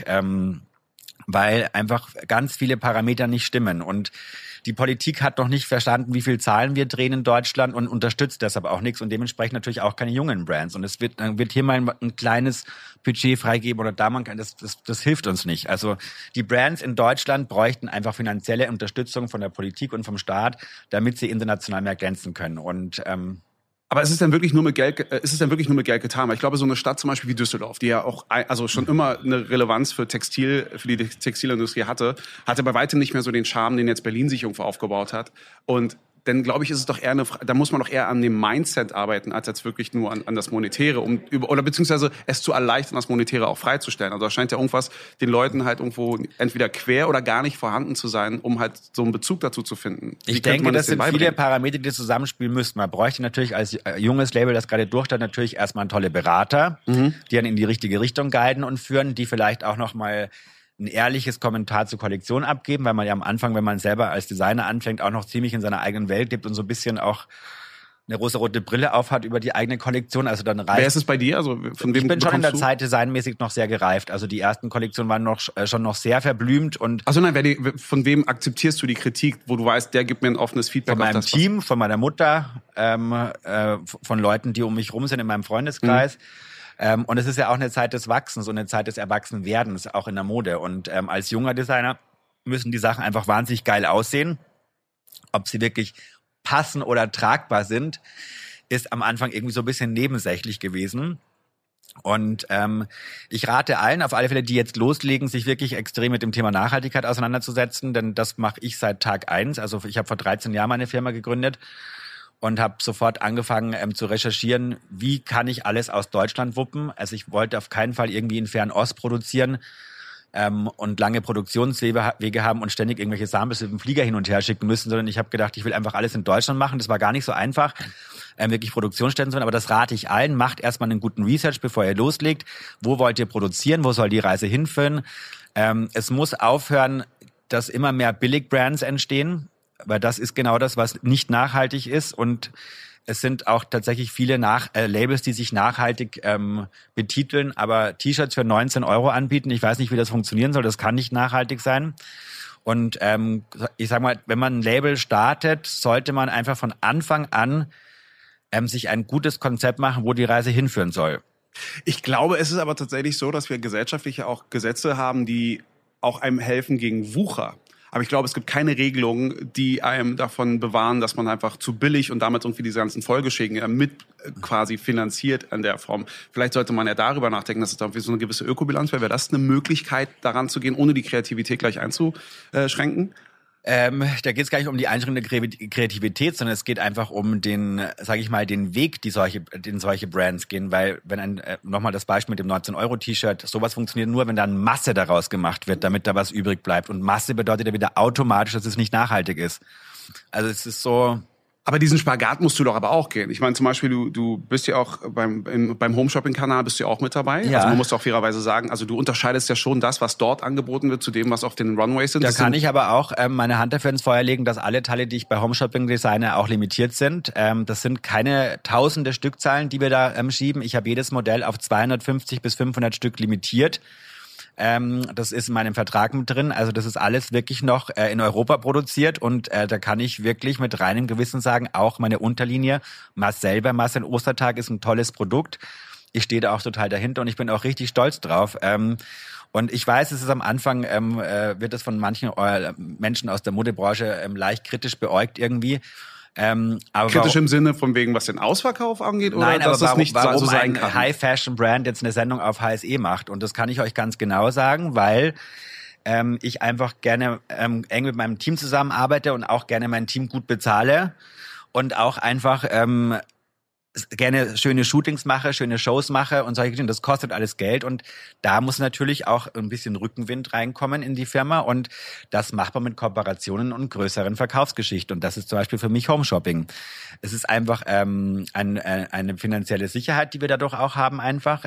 weil einfach ganz viele Parameter nicht stimmen. Und die Politik hat noch nicht verstanden, wie viel Zahlen wir drehen in Deutschland und unterstützt deshalb auch nichts und dementsprechend natürlich auch keine jungen Brands. Und es wird hier mal ein kleines Budget freigeben oder da man kann, das hilft uns nicht. Also die Brands in Deutschland bräuchten einfach finanzielle Unterstützung von der Politik und vom Staat, damit sie international mehr glänzen können. Und aber ist es denn wirklich nur mit Geld getan? Weil ich glaube, so eine Stadt zum Beispiel wie Düsseldorf, die ja auch also schon immer eine Relevanz für die Textilindustrie hatte bei weitem nicht mehr so den Charme, den jetzt Berlin sich irgendwo aufgebaut hat. Und dann glaube ich, ist es doch eher da muss man doch eher an dem Mindset arbeiten, als jetzt wirklich nur an das Monetäre, oder beziehungsweise es zu erleichtern, das Monetäre auch freizustellen. Also da scheint ja irgendwas den Leuten halt irgendwo entweder quer oder gar nicht vorhanden zu sein, um halt so einen Bezug dazu zu finden. Ich denke, das sind viele Parameter, die zusammenspielen müssten. Man bräuchte natürlich als junges Label, das gerade durchstartet, natürlich erstmal tolle Berater, die dann in die richtige Richtung guiden und führen, die vielleicht auch noch mal ein ehrliches Kommentar zur Kollektion abgeben, weil man ja am Anfang, wenn man selber als Designer anfängt, auch noch ziemlich in seiner eigenen Welt lebt und so ein bisschen auch eine rosarote Brille aufhat über die eigene Kollektion. Also dann reicht. Wer ist es bei dir? Also von wem ich bin schon in der Zeit designmäßig noch sehr gereift. Also die ersten Kollektionen waren schon noch sehr verblümt und. Also nein, von wem akzeptierst du die Kritik, wo du weißt, der gibt mir ein offenes Feedback? Von meinem Team, von meiner Mutter, von Leuten, die um mich rum sind in meinem Freundeskreis. Und es ist ja auch eine Zeit des Wachsens und eine Zeit des Erwachsenwerdens, auch in der Mode. Und als junger Designer müssen die Sachen einfach wahnsinnig geil aussehen. Ob sie wirklich passen oder tragbar sind, ist am Anfang irgendwie so ein bisschen nebensächlich gewesen. Und ich rate allen, auf alle Fälle, die jetzt loslegen, sich wirklich extrem mit dem Thema Nachhaltigkeit auseinanderzusetzen, denn das mache ich seit Tag 1. Also ich habe vor 13 Jahren meine Firma gegründet und habe sofort angefangen zu recherchieren, wie kann ich alles aus Deutschland wuppen. Also ich wollte auf keinen Fall irgendwie in Fernost produzieren, und lange Produktionswege haben und ständig irgendwelche Samples mit dem Flieger hin und her schicken müssen, sondern ich habe gedacht, ich will einfach alles in Deutschland machen. Das war gar nicht so einfach, wirklich Produktionsstätten zu finden, aber das rate ich allen. Macht erstmal einen guten Research, bevor ihr loslegt. Wo wollt ihr produzieren? Wo soll die Reise hinführen? Es muss aufhören, dass immer mehr Billig-Brands entstehen, weil das ist genau das, was nicht nachhaltig ist, und es sind auch tatsächlich viele Labels, die sich nachhaltig betiteln, aber T-Shirts für 19 € anbieten. Ich weiß nicht, wie das funktionieren soll. Das kann nicht nachhaltig sein. Und ich sag mal, wenn man ein Label startet, sollte man einfach von Anfang an sich ein gutes Konzept machen, wo die Reise hinführen soll. Ich glaube, es ist aber tatsächlich so, dass wir gesellschaftlich auch Gesetze haben, die auch einem helfen gegen Wucher. Aber ich glaube, es gibt keine Regelungen, die einem davon bewahren, dass man einfach zu billig und damit irgendwie diese ganzen Folgeschäden mit quasi finanziert in der Form. Vielleicht sollte man ja darüber nachdenken, dass es da irgendwie so eine gewisse Ökobilanz wäre. Wäre das eine Möglichkeit, daran zu gehen, ohne die Kreativität gleich einzuschränken? Da geht es gar nicht um die Einschränkung der Kreativität, sondern es geht einfach um den, sage ich mal, den Weg, den solche Brands gehen. Weil wenn nochmal das Beispiel mit dem 19-€ sowas funktioniert nur, wenn dann Masse daraus gemacht wird, damit da was übrig bleibt. Und Masse bedeutet ja wieder automatisch, dass es nicht nachhaltig ist. Also es ist so. Aber diesen Spagat musst du doch aber auch gehen. Ich meine, zum Beispiel, du bist ja auch beim Home-Shopping-Kanal bist du ja auch mit dabei. Ja. Also man muss auch fairerweise sagen, also du unterscheidest ja schon das, was dort angeboten wird, zu dem, was auf den Runways sind. Da kann ich aber auch meine Hand dafür ins Feuer legen, dass alle Teile, die ich bei Home-Shopping designe, auch limitiert sind. Das sind keine tausende Stückzahlen, die wir da schieben. Ich habe jedes Modell auf 250 bis 500 Stück limitiert. Das ist in meinem Vertrag mit drin. Also das ist alles wirklich noch in Europa produziert, und da kann ich wirklich mit reinem Gewissen sagen, auch meine Unterlinie Marcel bei Marcel Ostertag ist ein tolles Produkt. Ich stehe da auch total dahinter und ich bin auch richtig stolz drauf. Und ich weiß, es ist am Anfang, wird das von manchen Menschen aus der Modebranche leicht kritisch beäugt irgendwie. Aber kritisch im Sinne von wegen, was den Ausverkauf angeht? Nein, oder dass aber es nicht warum so sein ein kann? High-Fashion-Brand jetzt eine Sendung auf HSE macht. Und das kann ich euch ganz genau sagen, weil ich einfach gerne eng mit meinem Team zusammenarbeite und auch gerne mein Team gut bezahle und auch einfach gerne schöne Shootings mache, schöne Shows mache und solche Dinge. Das kostet alles Geld, und da muss natürlich auch ein bisschen Rückenwind reinkommen in die Firma, und das macht man mit Kooperationen und größeren Verkaufsgeschichten, und das ist zum Beispiel für mich Home Shopping. Es ist einfach eine finanzielle Sicherheit, die wir dadurch auch haben, einfach,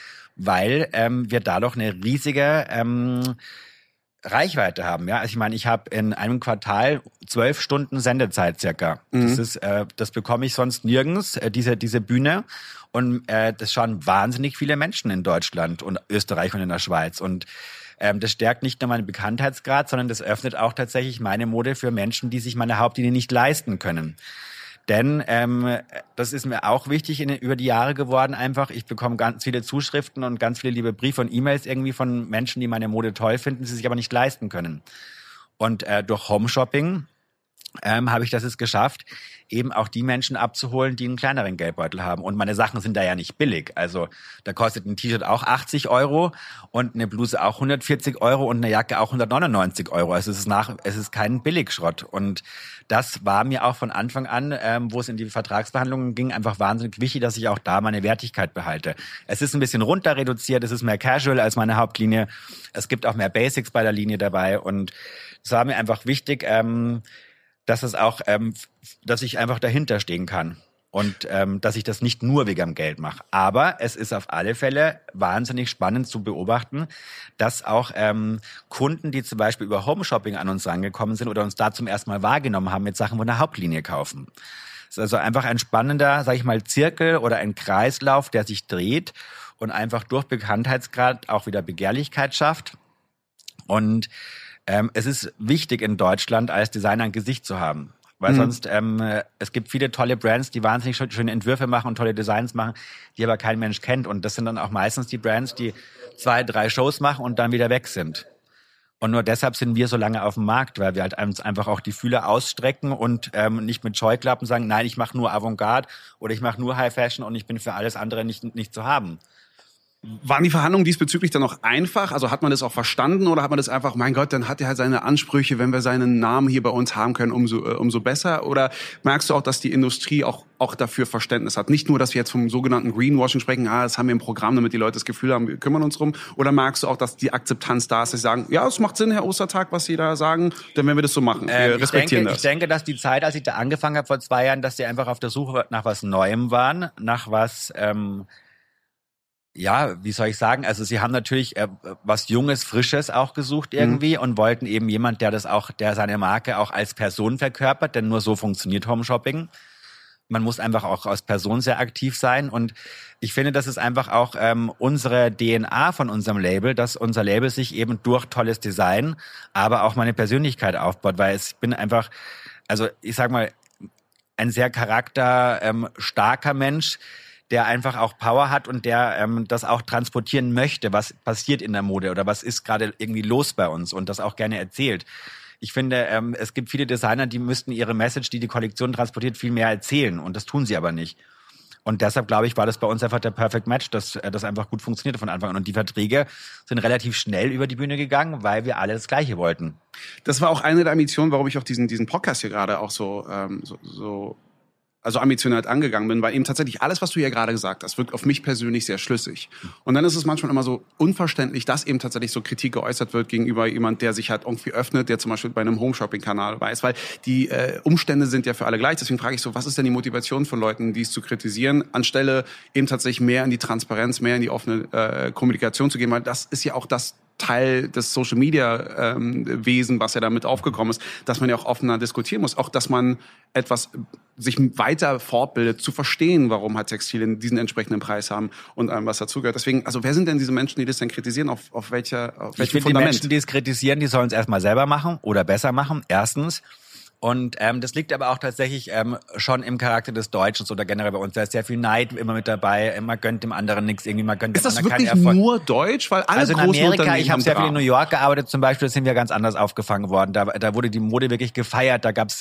weil wir dadurch eine riesige Reichweite haben, ja. Also ich meine, ich habe in einem Quartal 12 Stunden Sendezeit circa. Das bekomme ich sonst nirgends, diese Bühne. Und das schauen wahnsinnig viele Menschen in Deutschland und Österreich und in der Schweiz. Und das stärkt nicht nur meinen Bekanntheitsgrad, sondern das öffnet auch tatsächlich meine Mode für Menschen, die sich meine Hauptlinie nicht leisten können. Denn das ist mir auch wichtig über die Jahre geworden einfach. Ich bekomme ganz viele Zuschriften und ganz viele liebe Briefe und E-Mails irgendwie von Menschen, die meine Mode toll finden, sie sich aber nicht leisten können. Und durch Home Shopping habe ich das es geschafft, eben auch die Menschen abzuholen, die einen kleineren Geldbeutel haben. Und meine Sachen sind da ja nicht billig. Also da kostet ein T-Shirt auch 80 € und eine Bluse auch 140 € und eine Jacke auch 199 €. Also es ist kein Billigschrott. Und das war mir auch von Anfang an, wo es in die Vertragsverhandlungen ging, einfach wahnsinnig wichtig, dass ich auch da meine Wertigkeit behalte. Es ist ein bisschen runter reduziert, es ist mehr Casual als meine Hauptlinie. Es gibt auch mehr Basics bei der Linie dabei, und es war mir einfach wichtig, dass es auch, dass ich einfach dahinter stehen kann und dass ich das nicht nur wegen dem Geld mache. Aber es ist auf alle Fälle wahnsinnig spannend zu beobachten, dass auch Kunden, die zum Beispiel über Home Shopping an uns rangekommen sind oder uns da zum ersten Mal wahrgenommen haben, mit Sachen von der Hauptlinie kaufen. Es ist also einfach ein spannender, sag ich mal, Zirkel oder ein Kreislauf, der sich dreht und einfach durch Bekanntheitsgrad auch wieder Begehrlichkeit schafft. Und es ist wichtig in Deutschland als Designer ein Gesicht zu haben, weil sonst es gibt viele tolle Brands, die wahnsinnig schöne Entwürfe machen und tolle Designs machen, die aber kein Mensch kennt, und das sind dann auch meistens die Brands, die 2, 3 Shows machen und dann wieder weg sind. Und nur deshalb sind wir so lange auf dem Markt, weil wir halt uns einfach auch die Fühler ausstrecken und nicht mit Scheuklappen sagen, nein, ich mache nur Avantgarde oder ich mache nur High Fashion und ich bin für alles andere nicht zu haben. Waren die Verhandlungen diesbezüglich dann auch einfach? Also hat man das auch verstanden oder hat man das einfach, mein Gott, dann hat er halt seine Ansprüche, wenn wir seinen Namen hier bei uns haben können, umso besser? Oder merkst du auch, dass die Industrie auch dafür Verständnis hat? Nicht nur, dass wir jetzt vom sogenannten Greenwashing sprechen, das haben wir im Programm, damit die Leute das Gefühl haben, wir kümmern uns drum. Oder merkst du auch, dass die Akzeptanz da ist, dass sie sagen, ja, es macht Sinn, Herr Ostertag, was Sie da sagen, dann werden wir das so machen. Wir respektieren das. Ich denke, dass die Zeit, als ich da angefangen habe vor 2 Jahren, dass die einfach auf der Suche nach was Neuem waren, nach was... ja, wie soll ich sagen? Also sie haben natürlich was Junges, Frisches auch gesucht irgendwie und wollten eben jemand, der seine Marke auch als Person verkörpert, denn nur so funktioniert Home Shopping. Man muss einfach auch als Person sehr aktiv sein und ich finde, das ist einfach auch unsere DNA von unserem Label, dass unser Label sich eben durch tolles Design, aber auch meine Persönlichkeit aufbaut, weil ich bin einfach, also ich sag mal, ein sehr charakterstarker Mensch, der einfach auch Power hat und der das auch transportieren möchte, was passiert in der Mode oder was ist gerade irgendwie los bei uns und das auch gerne erzählt. Ich finde, es gibt viele Designer, die müssten ihre Message, die Kollektion transportiert, viel mehr erzählen und das tun sie aber nicht. Und deshalb, glaube ich, war das bei uns einfach der Perfect Match, dass das einfach gut funktionierte von Anfang an. Und die Verträge sind relativ schnell über die Bühne gegangen, weil wir alle das Gleiche wollten. Das war auch eine der Ambitionen, warum ich auch diesen Podcast hier gerade auch so ambitioniert angegangen bin, weil eben tatsächlich alles, was du hier gerade gesagt hast, wirkt auf mich persönlich sehr schlüssig. Und dann ist es manchmal immer so unverständlich, dass eben tatsächlich so Kritik geäußert wird gegenüber jemand, der sich halt irgendwie öffnet, der zum Beispiel bei einem Home-Shopping-Kanal weiß, weil die Umstände sind ja für alle gleich. Deswegen frage ich so, was ist denn die Motivation von Leuten, dies zu kritisieren, anstelle eben tatsächlich mehr in die Transparenz, mehr in die offene Kommunikation zu gehen, weil das ist ja auch das Teil des Social Media Wesen, was ja damit aufgekommen ist, dass man ja auch offener diskutieren muss, auch dass man etwas sich weiter fortbildet, zu verstehen, warum halt Textilien diesen entsprechenden Preis haben und allem, was dazugehört. Deswegen, also wer sind denn diese Menschen, die das denn kritisieren? Auf welchem Fundament? Die Menschen, die es kritisieren, die sollen es erstmal selber machen oder besser machen, erstens. Und das liegt aber auch tatsächlich schon im Charakter des Deutschen oder generell bei uns. Da ist sehr viel Neid immer mit dabei. Man gönnt dem anderen nichts, irgendwie man gönnt dem anderen keinen Erfolg. Ist das wirklich nur deutsch? Weil alle also in großen Amerika, Unternehmen ich habe sehr viel in New York gearbeitet zum Beispiel, da sind wir ganz anders aufgefangen worden. Da wurde die Mode wirklich gefeiert,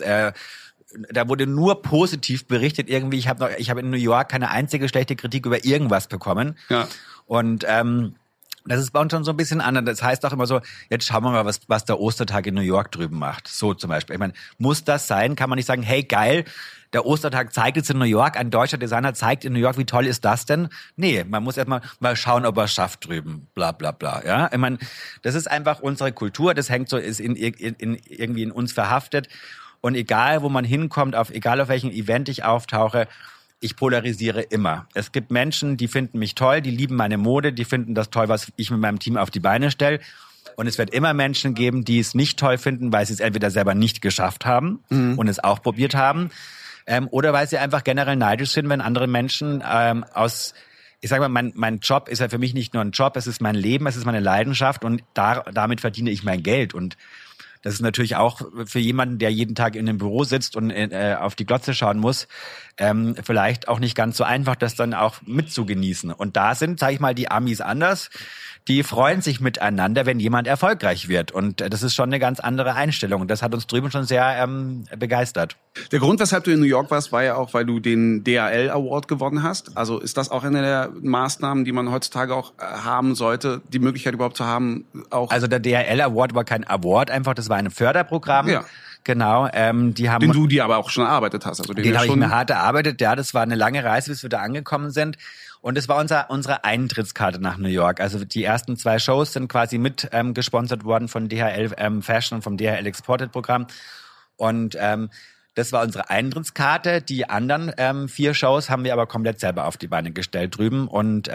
da wurde nur positiv berichtet irgendwie. Ich habe in New York keine einzige schlechte Kritik über irgendwas bekommen. Ja. Und das ist bei uns schon so ein bisschen anders. Das heißt auch immer so, jetzt schauen wir mal, was der Ostertag in New York drüben macht. So zum Beispiel. Ich meine, muss das sein? Kann man nicht sagen, hey geil, der Ostertag zeigt jetzt in New York, ein deutscher Designer zeigt in New York, wie toll ist das denn? Nee, man muss erst mal schauen, ob er es schafft drüben. Bla bla bla. Ja? Ich meine, das ist einfach unsere Kultur, das hängt so, ist irgendwie in uns verhaftet. Und egal, wo man hinkommt, egal auf welchem Event ich auftauche, ich polarisiere immer. Es gibt Menschen, die finden mich toll, die lieben meine Mode, die finden das toll, was ich mit meinem Team auf die Beine stelle. Und es wird immer Menschen geben, die es nicht toll finden, weil sie es entweder selber nicht geschafft haben und es auch probiert haben, oder weil sie einfach generell neidisch sind, wenn andere Menschen ich sage mal, mein Job ist ja für mich nicht nur ein Job, es ist mein Leben, es ist meine Leidenschaft und damit verdiene ich mein Geld. Und das ist natürlich auch für jemanden, der jeden Tag in einem Büro sitzt und auf die Glotze schauen muss, vielleicht auch nicht ganz so einfach, das dann auch mitzugenießen. Und da sind, sage ich mal, die Amis anders. Die freuen sich miteinander, wenn jemand erfolgreich wird. Und das ist schon eine ganz andere Einstellung. Das hat uns drüben schon sehr begeistert. Der Grund, weshalb du in New York warst, war ja auch, weil du den DHL Award gewonnen hast. Also ist das auch eine der Maßnahmen, die man heutzutage auch haben sollte, die Möglichkeit überhaupt zu haben? Auch Also der DHL Award war kein Award, einfach das war ein Förderprogramm. Ja. Genau, die haben... Den du dir aber auch schon erarbeitet hast. Also den habe ich mir hart erarbeitet, ja, das war eine lange Reise, bis wir da angekommen sind. Und es war unsere Eintrittskarte nach New York. Also die ersten 2 Shows sind quasi mit gesponsert worden von DHL Fashion und vom DHL Exported Programm. Und das war unsere Eintrittskarte. Die anderen 4 Shows haben wir aber komplett selber auf die Beine gestellt drüben. Und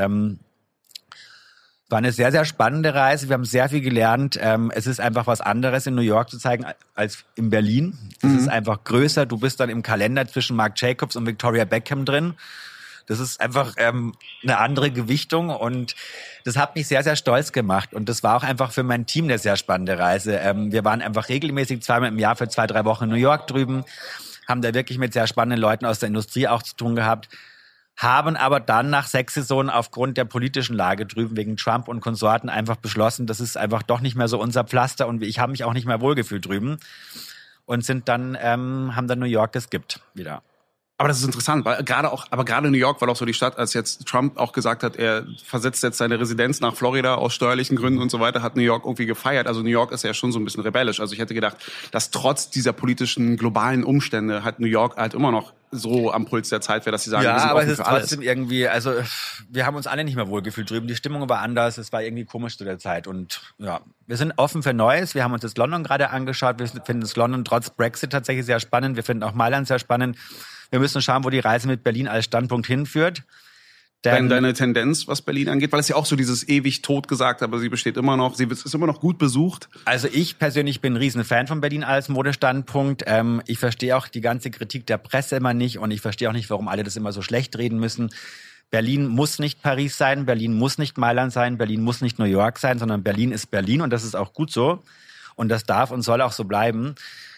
war eine sehr, sehr spannende Reise. Wir haben sehr viel gelernt. Es ist einfach was anderes, in New York zu zeigen, als in Berlin. Es ist einfach größer. Du bist dann im Kalender zwischen Marc Jacobs und Victoria Beckham drin. Das ist einfach eine andere Gewichtung und das hat mich sehr, sehr stolz gemacht. Und das war auch einfach für mein Team eine sehr spannende Reise. Wir waren einfach regelmäßig 2-mal im Jahr für 2-3 Wochen in New York drüben, haben da wirklich mit sehr spannenden Leuten aus der Industrie auch zu tun gehabt, haben aber dann nach 6 Saisonen aufgrund der politischen Lage drüben wegen Trump und Konsorten einfach beschlossen, das ist einfach doch nicht mehr so unser Pflaster und ich habe mich auch nicht mehr wohlgefühlt drüben und sind dann haben dann New York geskippt wieder. Aber das ist interessant, weil gerade New York, weil auch so die Stadt, als jetzt Trump auch gesagt hat, er versetzt jetzt seine Residenz nach Florida aus steuerlichen Gründen und so weiter, hat New York irgendwie gefeiert. Also New York ist ja schon so ein bisschen rebellisch. Also ich hätte gedacht, dass trotz dieser politischen globalen Umstände hat New York halt immer noch so am Puls der Zeit wäre, dass sie sagen, ja, wir sind aber offen es ist für alles. trotzdem irgendwie, also wir haben uns alle nicht mehr wohlgefühlt drüben. Die Stimmung war anders, es war irgendwie komisch zu der Zeit. Und ja, wir sind offen für Neues. Wir haben uns jetzt London gerade angeschaut. Wir finden es London trotz Brexit tatsächlich sehr spannend. Wir finden auch Mailand sehr spannend. Wir müssen schauen, wo die Reise mit Berlin als Standpunkt hinführt. Deine Tendenz, was Berlin angeht, weil es ja auch so dieses ewig tot gesagt, aber sie besteht immer noch, sie ist immer noch gut besucht. Also ich persönlich bin ein riesen Fan von Berlin als Modestandpunkt. Ich verstehe auch die ganze Kritik der Presse immer nicht und ich verstehe auch nicht, warum alle das immer so schlecht reden müssen. Berlin muss nicht Paris sein, Berlin muss nicht Mailand sein, Berlin muss nicht New York sein, sondern Berlin ist Berlin und das ist auch gut so und das darf und soll auch so bleiben.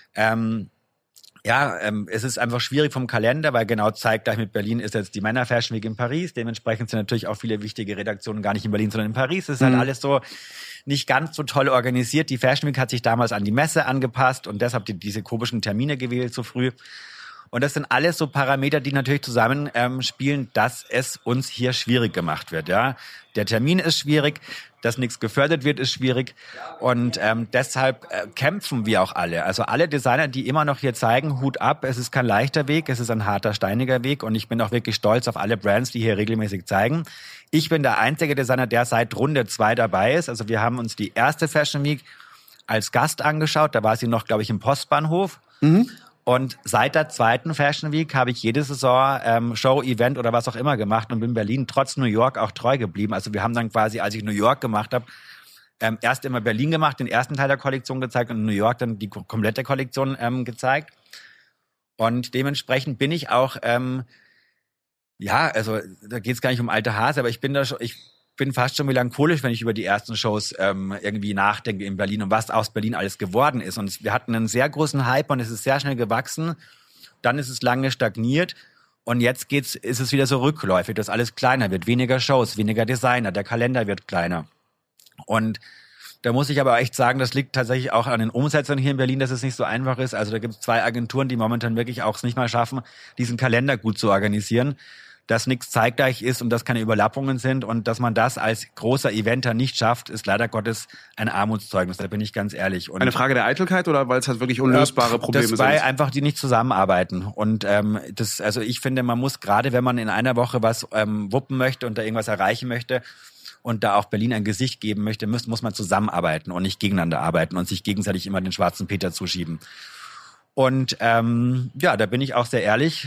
Es ist einfach schwierig vom Kalender, weil genau zeitgleich mit Berlin ist jetzt die Männer-Fashion Week in Paris. Dementsprechend sind natürlich auch viele wichtige Redaktionen gar nicht in Berlin, sondern in Paris. Es ist halt alles so nicht ganz so toll organisiert. Die Fashion Week hat sich damals an die Messe angepasst und deshalb diese komischen Termine gewählt so früh. Und das sind alles so Parameter, die natürlich zusammen spielen, dass es uns hier schwierig gemacht wird. Ja, der Termin ist schwierig, dass nichts gefördert wird, ist schwierig. Und deshalb kämpfen wir auch alle. Also alle Designer, die immer noch hier zeigen, Hut ab. Es ist kein leichter Weg, es ist ein harter, steiniger Weg. Und ich bin auch wirklich stolz auf alle Brands, die hier regelmäßig zeigen. Ich bin der einzige Designer, der seit Runde 2 dabei ist. Also wir haben uns die erste Fashion Week als Gast angeschaut. Da war sie noch, glaube ich, im Postbahnhof. Und seit der zweiten Fashion Week habe ich jede Saison Show, Event oder was auch immer gemacht und bin Berlin trotz New York auch treu geblieben. Also wir haben dann quasi, als ich New York gemacht habe, erst immer Berlin gemacht, den ersten Teil der Kollektion gezeigt und in New York dann die komplette Kollektion gezeigt. Und dementsprechend bin ich auch, also da geht es gar nicht um alte Hase, aber ich bin fast schon melancholisch, wenn ich über die ersten Shows irgendwie nachdenke in Berlin und was aus Berlin alles geworden ist. Und wir hatten einen sehr großen Hype und es ist sehr schnell gewachsen. Dann ist es lange stagniert und jetzt ist es wieder so rückläufig, dass alles kleiner wird. Weniger Shows, weniger Designer, der Kalender wird kleiner. Und da muss ich aber echt sagen, das liegt tatsächlich auch an den Umsetzern hier in Berlin, dass es nicht so einfach ist. Also da gibt es 2 Agenturen, die momentan wirklich auch es nicht mal schaffen, diesen Kalender gut zu organisieren. Dass nichts zeitgleich ist und dass keine Überlappungen sind und dass man das als großer Eventer nicht schafft, ist leider Gottes ein Armutszeugnis, da bin ich ganz ehrlich. Und eine Frage der Eitelkeit oder weil es halt wirklich unlösbare Probleme sind? Das war einfach, die nicht zusammenarbeiten. Und also ich finde, man muss gerade, wenn man in einer Woche was wuppen möchte und da irgendwas erreichen möchte und da auch Berlin ein Gesicht geben möchte, muss man zusammenarbeiten und nicht gegeneinander arbeiten und sich gegenseitig immer den schwarzen Peter zuschieben. Und da bin ich auch sehr ehrlich.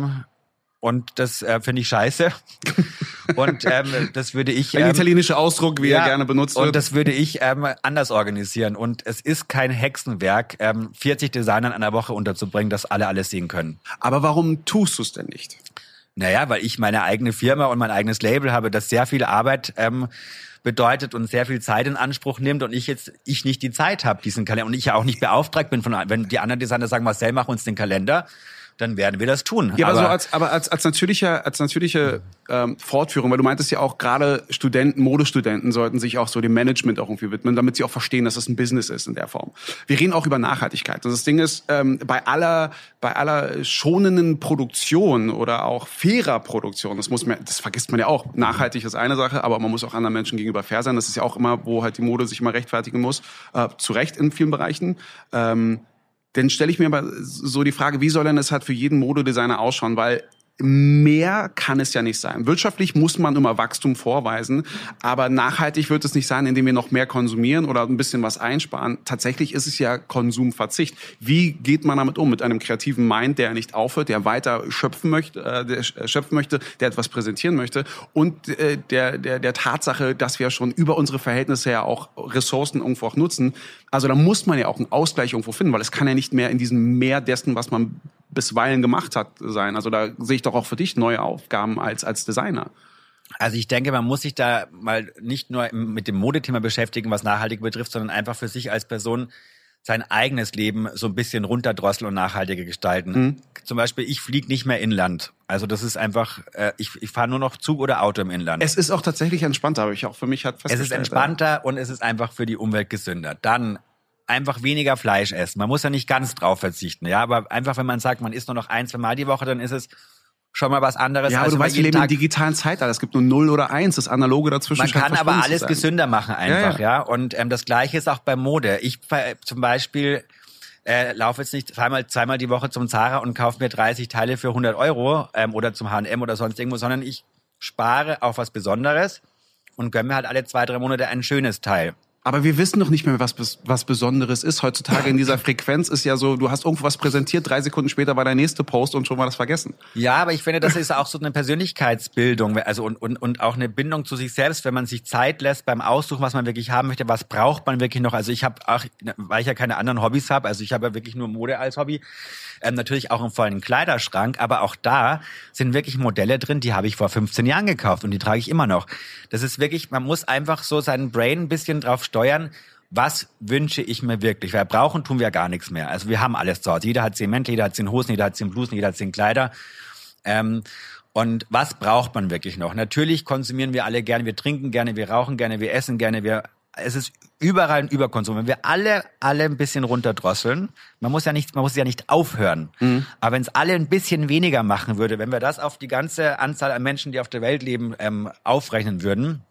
Und das finde ich scheiße. Und das würde ich... Ein italienischer Ausdruck, wie er gerne benutzt wird. Und das würde ich anders organisieren. Und es ist kein Hexenwerk, 40 Designer in einer Woche unterzubringen, dass alle alles sehen können. Aber warum tust du es denn nicht? Naja, weil ich meine eigene Firma und mein eigenes Label habe, das sehr viel Arbeit bedeutet und sehr viel Zeit in Anspruch nimmt und ich nicht die Zeit habe, diesen Kalender. Und ich ja auch nicht beauftragt bin, wenn die anderen Designer sagen, Marcel, mach uns den Kalender, dann werden wir das tun. Ja, aber als natürliche Fortführung, weil du meintest ja auch gerade Modestudenten sollten sich auch so dem Management auch irgendwie widmen, damit sie auch verstehen, dass das ein Business ist in der Form. Wir reden auch über Nachhaltigkeit. Das Ding ist, bei aller schonenden Produktion oder auch fairer Produktion, das vergisst man ja auch. Nachhaltig ist eine Sache, aber man muss auch anderen Menschen gegenüber fair sein. Das ist ja auch immer, wo halt die Mode sich immer rechtfertigen muss. Zu Recht in vielen Bereichen. Dann stelle ich mir aber so die Frage, wie soll denn das halt für jeden Modedesigner ausschauen? Weil mehr kann es ja nicht sein. Wirtschaftlich muss man immer Wachstum vorweisen, aber nachhaltig wird es nicht sein, indem wir noch mehr konsumieren oder ein bisschen was einsparen. Tatsächlich ist es ja Konsumverzicht. Wie geht man damit um? Mit einem kreativen Mind, der nicht aufhört, der weiter schöpfen möchte, der etwas präsentieren möchte und der Tatsache, dass wir schon über unsere Verhältnisse ja auch Ressourcen irgendwo auch nutzen. Also da muss man ja auch einen Ausgleich irgendwo finden, weil es kann ja nicht mehr in diesem Meer dessen, was man bisweilen gemacht hat, sein. Also da sehe ich doch auch für dich neue Aufgaben als Designer. Also ich denke, man muss sich da mal nicht nur mit dem Modethema beschäftigen, was nachhaltig betrifft, sondern einfach für sich als Person sein eigenes Leben so ein bisschen runterdrosseln und nachhaltiger gestalten. Zum Beispiel, ich fliege nicht mehr inland. Also das ist einfach, ich fahre nur noch Zug oder Auto im Inland. Es ist auch tatsächlich entspannter, habe ich auch für mich festgestellt. Es ist entspannter und es ist einfach für die Umwelt gesünder. Dann einfach weniger Fleisch essen. Man muss ja nicht ganz drauf verzichten, ja, aber einfach, wenn man sagt, man isst nur noch 1-2 Mal die Woche, dann ist es schon mal was anderes. Ja, aber als du weißt, wir leben im digitalen Zeitalter. Es gibt nur 0 oder 1, das Analoge dazwischen. Man kann aber alles sein. gesünder machen einfach, ja. Und das Gleiche ist auch bei Mode. Ich zum Beispiel laufe jetzt nicht zweimal die Woche zum Zara und kaufe mir 30 Teile für 100 Euro oder zum H&M oder sonst irgendwo, sondern ich spare auf was Besonderes und gönne mir halt alle 2-3 Monate ein schönes Teil. Aber wir wissen doch nicht mehr, was Besonderes ist. Heutzutage in dieser Frequenz ist ja so, du hast irgendwo was präsentiert, 3 Sekunden später war der nächste Post und schon war das vergessen. Ja, aber ich finde, das ist auch so eine Persönlichkeitsbildung, also und auch eine Bindung zu sich selbst, wenn man sich Zeit lässt beim Aussuchen, was man wirklich haben möchte, was braucht man wirklich noch. Also ich habe auch, weil ich ja keine anderen Hobbys habe, also ich habe ja wirklich nur Mode als Hobby, natürlich auch einen vollen Kleiderschrank, aber auch da sind wirklich Modelle drin, die habe ich vor 15 Jahren gekauft und die trage ich immer noch. Das ist wirklich, man muss einfach so seinen Brain ein bisschen drauf steuern, was wünsche ich mir wirklich? Weil brauchen tun wir gar nichts mehr. Also wir haben alles zu Hause. Jeder hat 10 Mäntel, jeder hat 10 Hosen, jeder hat 10 Blusen, jeder hat 10 Kleider. Und was braucht man wirklich noch? Natürlich konsumieren wir alle gerne, wir trinken gerne, wir rauchen gerne, wir essen gerne, es ist überall ein Überkonsum. Wenn wir alle ein bisschen runterdrosseln, man muss ja nicht aufhören. Mhm. Aber wenn es alle ein bisschen weniger machen würde, wenn wir das auf die ganze Anzahl an Menschen, die auf der Welt leben, aufrechnen würden,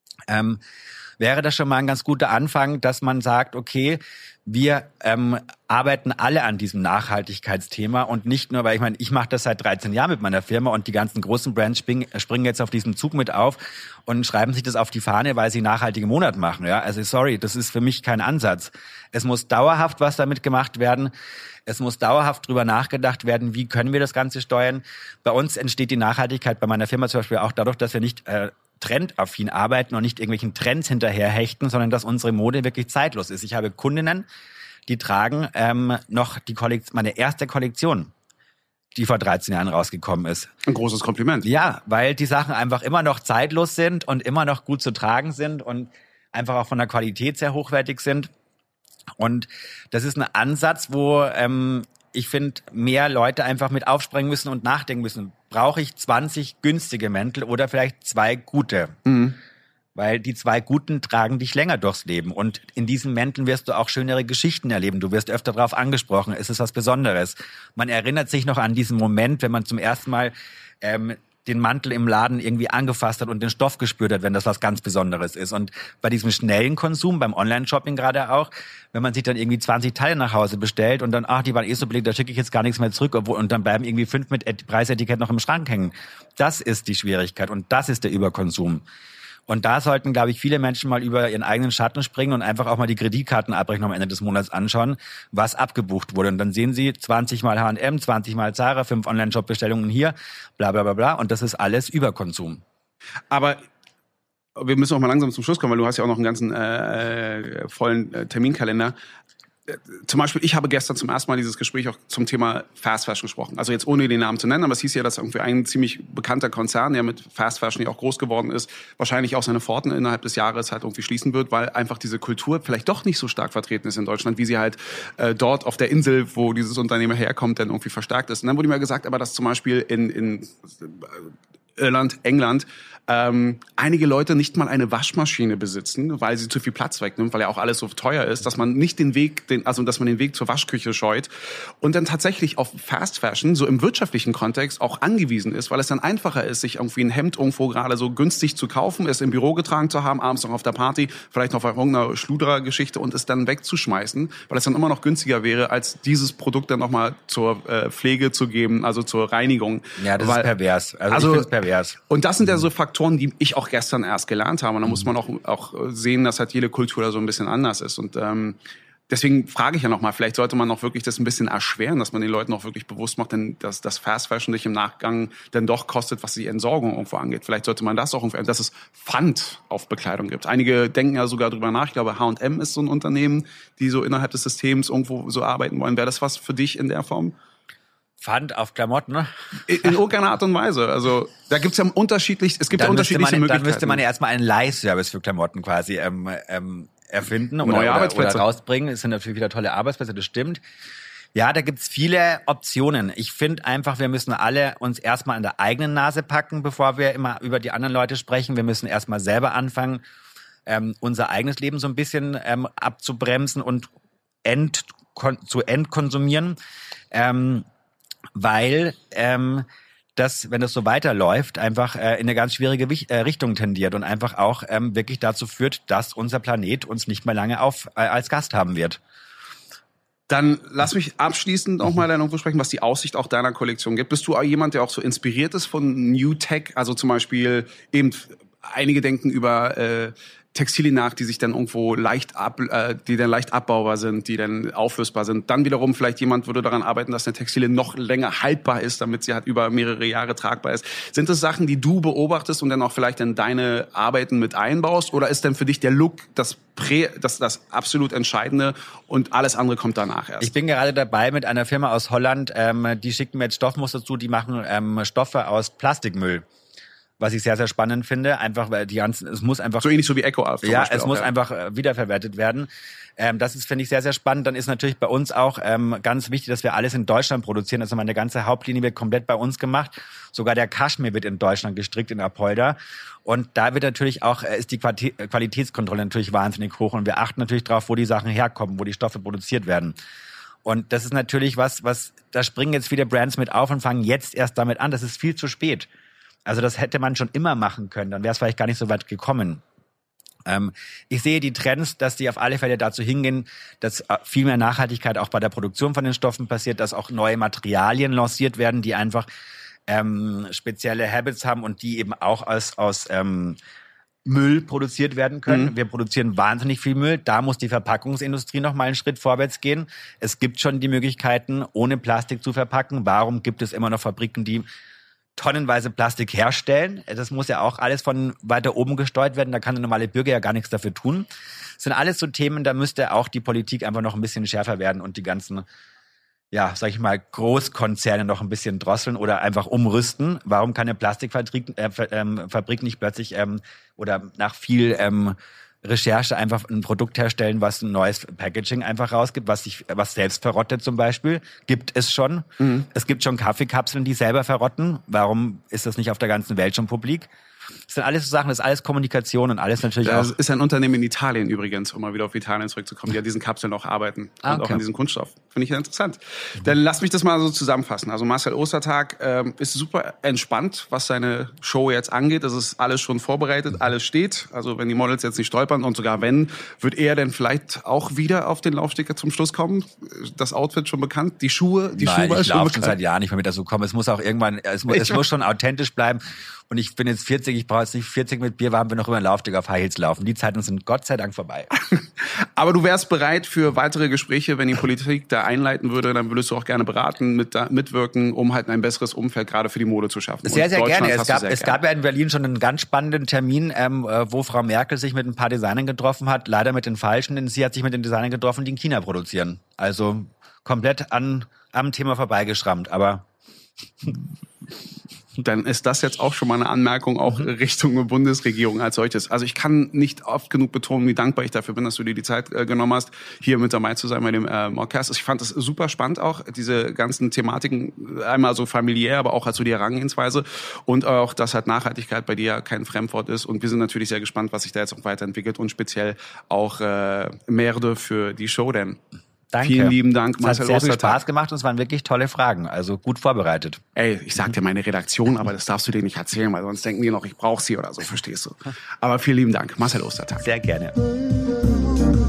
wäre das schon mal ein ganz guter Anfang, dass man sagt, okay, wir arbeiten alle an diesem Nachhaltigkeitsthema und nicht nur, weil ich mache das seit 13 Jahren mit meiner Firma und die ganzen großen Brands springen jetzt auf diesen Zug mit auf und schreiben sich das auf die Fahne, weil sie nachhaltige Monat machen. Ja, also sorry, das ist für mich kein Ansatz. Es muss dauerhaft was damit gemacht werden. Es muss dauerhaft drüber nachgedacht werden, wie können wir das Ganze steuern. Bei uns entsteht die Nachhaltigkeit bei meiner Firma zum Beispiel auch dadurch, dass wir nicht trendaffin arbeiten und nicht irgendwelchen Trends hinterherhechten, sondern dass unsere Mode wirklich zeitlos ist. Ich habe Kundinnen, die tragen noch meine erste Kollektion, die vor 13 Jahren rausgekommen ist. Ein großes Kompliment. Ja, weil die Sachen einfach immer noch zeitlos sind und immer noch gut zu tragen sind und einfach auch von der Qualität sehr hochwertig sind. Und das ist ein Ansatz, wo ich finde, mehr Leute einfach mit aufspringen müssen und nachdenken müssen. Brauche ich 20 günstige Mäntel oder vielleicht 2 gute? Mhm. Weil die 2 guten tragen dich länger durchs Leben. Und in diesen Mänteln wirst du auch schönere Geschichten erleben. Du wirst öfter darauf angesprochen. Es ist was Besonderes. Man erinnert sich noch an diesen Moment, wenn man zum ersten Mal den Mantel im Laden irgendwie angefasst hat und den Stoff gespürt hat, wenn das was ganz Besonderes ist. Und bei diesem schnellen Konsum, beim Online-Shopping gerade auch, wenn man sich dann irgendwie 20 Teile nach Hause bestellt und dann, die waren so billig, da schicke ich jetzt gar nichts mehr zurück, und dann bleiben irgendwie 5 mit Preisetikett noch im Schrank hängen. Das ist die Schwierigkeit und das ist der Überkonsum. Und da sollten, glaube ich, viele Menschen mal über ihren eigenen Schatten springen und einfach auch mal die Kreditkartenabrechnung am Ende des Monats anschauen, was abgebucht wurde. Und dann sehen sie 20 mal H&M, 20 mal Zara, 5 Online-Shop-Bestellungen hier, bla bla bla bla. Und das ist alles Überkonsum. Aber wir müssen auch mal langsam zum Schluss kommen, weil du hast ja auch noch einen ganzen vollen Terminkalender. Zum Beispiel, ich habe gestern zum ersten Mal dieses Gespräch auch zum Thema Fast Fashion gesprochen. Also jetzt ohne den Namen zu nennen, aber es hieß ja, dass irgendwie ein ziemlich bekannter Konzern, der mit Fast Fashion ja auch groß geworden ist, wahrscheinlich auch seine Pforten innerhalb des Jahres halt irgendwie schließen wird, weil einfach diese Kultur vielleicht doch nicht so stark vertreten ist in Deutschland, wie sie halt dort auf der Insel, wo dieses Unternehmen herkommt, dann irgendwie verstärkt ist. Und dann wurde mir gesagt, aber dass zum Beispiel in Irland, England, einige Leute nicht mal eine Waschmaschine besitzen, weil sie zu viel Platz wegnimmt, weil ja auch alles so teuer ist, dass man nicht dass man den Weg zur Waschküche scheut und dann tatsächlich auf Fast Fashion so im wirtschaftlichen Kontext auch angewiesen ist, weil es dann einfacher ist, sich irgendwie ein Hemd irgendwo gerade so günstig zu kaufen, es im Büro getragen zu haben, abends noch auf der Party, vielleicht noch auf irgendeiner Schluderer-Geschichte und es dann wegzuschmeißen, weil es dann immer noch günstiger wäre, als dieses Produkt dann nochmal zur Pflege zu geben, also zur Reinigung. Ja, das ist pervers. Also ich finde es pervers. Und das sind ja so Faktoren, die ich auch gestern erst gelernt habe. Und da muss man auch sehen, dass halt jede Kultur da so ein bisschen anders ist. Und deswegen frage ich ja nochmal, vielleicht sollte man auch wirklich das ein bisschen erschweren, dass man den Leuten auch wirklich bewusst macht, denn dass das Fast Fashion sich im Nachgang dann doch kostet, was die Entsorgung irgendwo angeht. Vielleicht sollte man das auch irgendwie, dass es Pfand auf Bekleidung gibt. Einige denken ja sogar drüber nach. Ich glaube, H&M ist so ein Unternehmen, die so innerhalb des Systems irgendwo so arbeiten wollen. Wäre das was für dich in der Form? Pfand auf Klamotten, ne? In irgendeiner Art und Weise. Also da gibt's ja unterschiedliche Möglichkeiten. Dann müsste man ja erstmal einen Leihservice für Klamotten quasi erfinden oder rausbringen. Es sind natürlich wieder tolle Arbeitsplätze, das stimmt. Ja, da gibt's viele Optionen. Ich finde einfach, wir müssen alle uns erstmal an der eigenen Nase packen, bevor wir immer über die anderen Leute sprechen. Wir müssen erstmal selber anfangen, unser eigenes Leben so ein bisschen abzubremsen und entkonsumieren, weil das, wenn das so weiterläuft, einfach in eine ganz schwierige Richtung tendiert und einfach auch wirklich dazu führt, dass unser Planet uns nicht mehr lange als Gast haben wird. Dann lass mich abschließend auch mal darüber sprechen, was die Aussicht auch deiner Kollektion gibt. Bist du auch jemand, der auch so inspiriert ist von New Tech? Also zum Beispiel eben einige denken über Textilien nach, die sich dann irgendwo die dann leicht abbaubar sind, die dann auflösbar sind. Dann wiederum vielleicht jemand würde daran arbeiten, dass eine Textilie noch länger haltbar ist, damit sie halt über mehrere Jahre tragbar ist. Sind das Sachen, die du beobachtest und dann auch vielleicht in deine Arbeiten mit einbaust? Oder ist denn für dich der Look das absolut Entscheidende und alles andere kommt danach erst? Ich bin gerade dabei mit einer Firma aus Holland, die schicken mir jetzt Stoffmuster zu, die machen Stoffe aus Plastikmüll. Was ich sehr, sehr spannend finde, einfach weil es muss einfach... So ähnlich so wie Eco-Art. Ja, es muss einfach wiederverwertet werden. Das ist, finde ich, sehr, sehr spannend. Dann ist natürlich bei uns auch ganz wichtig, dass wir alles in Deutschland produzieren. Also meine ganze Hauptlinie wird komplett bei uns gemacht. Sogar der Kaschmir wird in Deutschland gestrickt, in Apolda. Und da wird natürlich auch, ist die Qualitätskontrolle natürlich wahnsinnig hoch. Und wir achten natürlich drauf, wo die Sachen herkommen, wo die Stoffe produziert werden. Und das ist natürlich was, da springen jetzt viele Brands mit auf und fangen jetzt erst damit an. Das ist viel zu spät. Also das hätte man schon immer machen können, dann wäre es vielleicht gar nicht so weit gekommen. Ich sehe die Trends, dass die auf alle Fälle dazu hingehen, dass viel mehr Nachhaltigkeit auch bei der Produktion von den Stoffen passiert, dass auch neue Materialien lanciert werden, die einfach spezielle Habits haben und die eben auch aus Müll produziert werden können. Wir produzieren wahnsinnig viel Müll. Da muss die Verpackungsindustrie noch mal einen Schritt vorwärts gehen. Es gibt schon die Möglichkeiten, ohne Plastik zu verpacken. Warum gibt es immer noch Fabriken, die tonnenweise Plastik herstellen? Das muss ja auch alles von weiter oben gesteuert werden. Da kann der normale Bürger ja gar nichts dafür tun. Das sind alles so Themen, da müsste auch die Politik einfach noch ein bisschen schärfer werden und die ganzen, ja, sag ich mal, Großkonzerne noch ein bisschen drosseln oder einfach umrüsten. Warum kann eine Plastikfabrik nicht plötzlich oder nach viel Recherche einfach ein Produkt herstellen, was ein neues Packaging einfach rausgibt, was selbst verrottet zum Beispiel, gibt es schon. Es gibt schon Kaffeekapseln, die selber verrotten. Warum ist das nicht auf der ganzen Welt schon publik? Das sind alles so Sachen, das ist alles Kommunikation und alles natürlich das auch... ist ein Unternehmen in Italien übrigens, um mal wieder auf Italien zurückzukommen, die an diesen Kapseln auch arbeiten und auch an diesem Kunststoff. Finde ich ja interessant. Dann lass mich das mal so zusammenfassen. Also Marcel Ostertag ist super entspannt, was seine Show jetzt angeht. Das ist alles schon vorbereitet, alles steht. Also wenn die Models jetzt nicht stolpern und sogar wenn, wird er dann vielleicht auch wieder auf den Laufsteg zum Schluss kommen. Das Outfit schon bekannt, die Schuhe, Nein, ich laufe schon seit Jahren nicht mehr mit so kommen. Es muss auch irgendwann, es muss schon authentisch bleiben. Und ich bin jetzt 40, ich brauche jetzt nicht 40 mit Bier, waren wir noch über den Laufsteg auf High Heels laufen. Die Zeiten sind Gott sei Dank vorbei. Aber du wärst bereit für weitere Gespräche, wenn die Politik da einleiten würde, dann würdest du auch gerne beraten, mitwirken, um halt ein besseres Umfeld gerade für die Mode zu schaffen. Sehr, sehr gerne. Es gab ja in Berlin schon einen ganz spannenden Termin, wo Frau Merkel sich mit ein paar Designern getroffen hat, leider mit den Falschen, denn sie hat sich mit den Designern getroffen, die in China produzieren. Also komplett am Thema vorbeigeschrammt, aber... Dann ist das jetzt auch schon mal eine Anmerkung auch Richtung Bundesregierung als solches. Also ich kann nicht oft genug betonen, wie dankbar ich dafür bin, dass du dir die Zeit genommen hast, hier mit dabei zu sein bei dem Podcast. Ich fand das super spannend auch, diese ganzen Thematiken, einmal so familiär, aber auch als so die Herangehensweise und auch, dass halt Nachhaltigkeit bei dir kein Fremdwort ist. Und wir sind natürlich sehr gespannt, was sich da jetzt auch weiterentwickelt und speziell auch Merde für die Show denn. Danke. Vielen lieben Dank, Marcel Ostertag. Es hat sehr viel Ostertag. Spaß gemacht und es waren wirklich tolle Fragen. Also gut vorbereitet. Ey, ich sag dir meine Redaktion, aber das darfst du dir nicht erzählen, weil sonst denken die noch, ich brauche sie oder so, verstehst du. Aber vielen lieben Dank, Marcel Ostertag. Sehr gerne.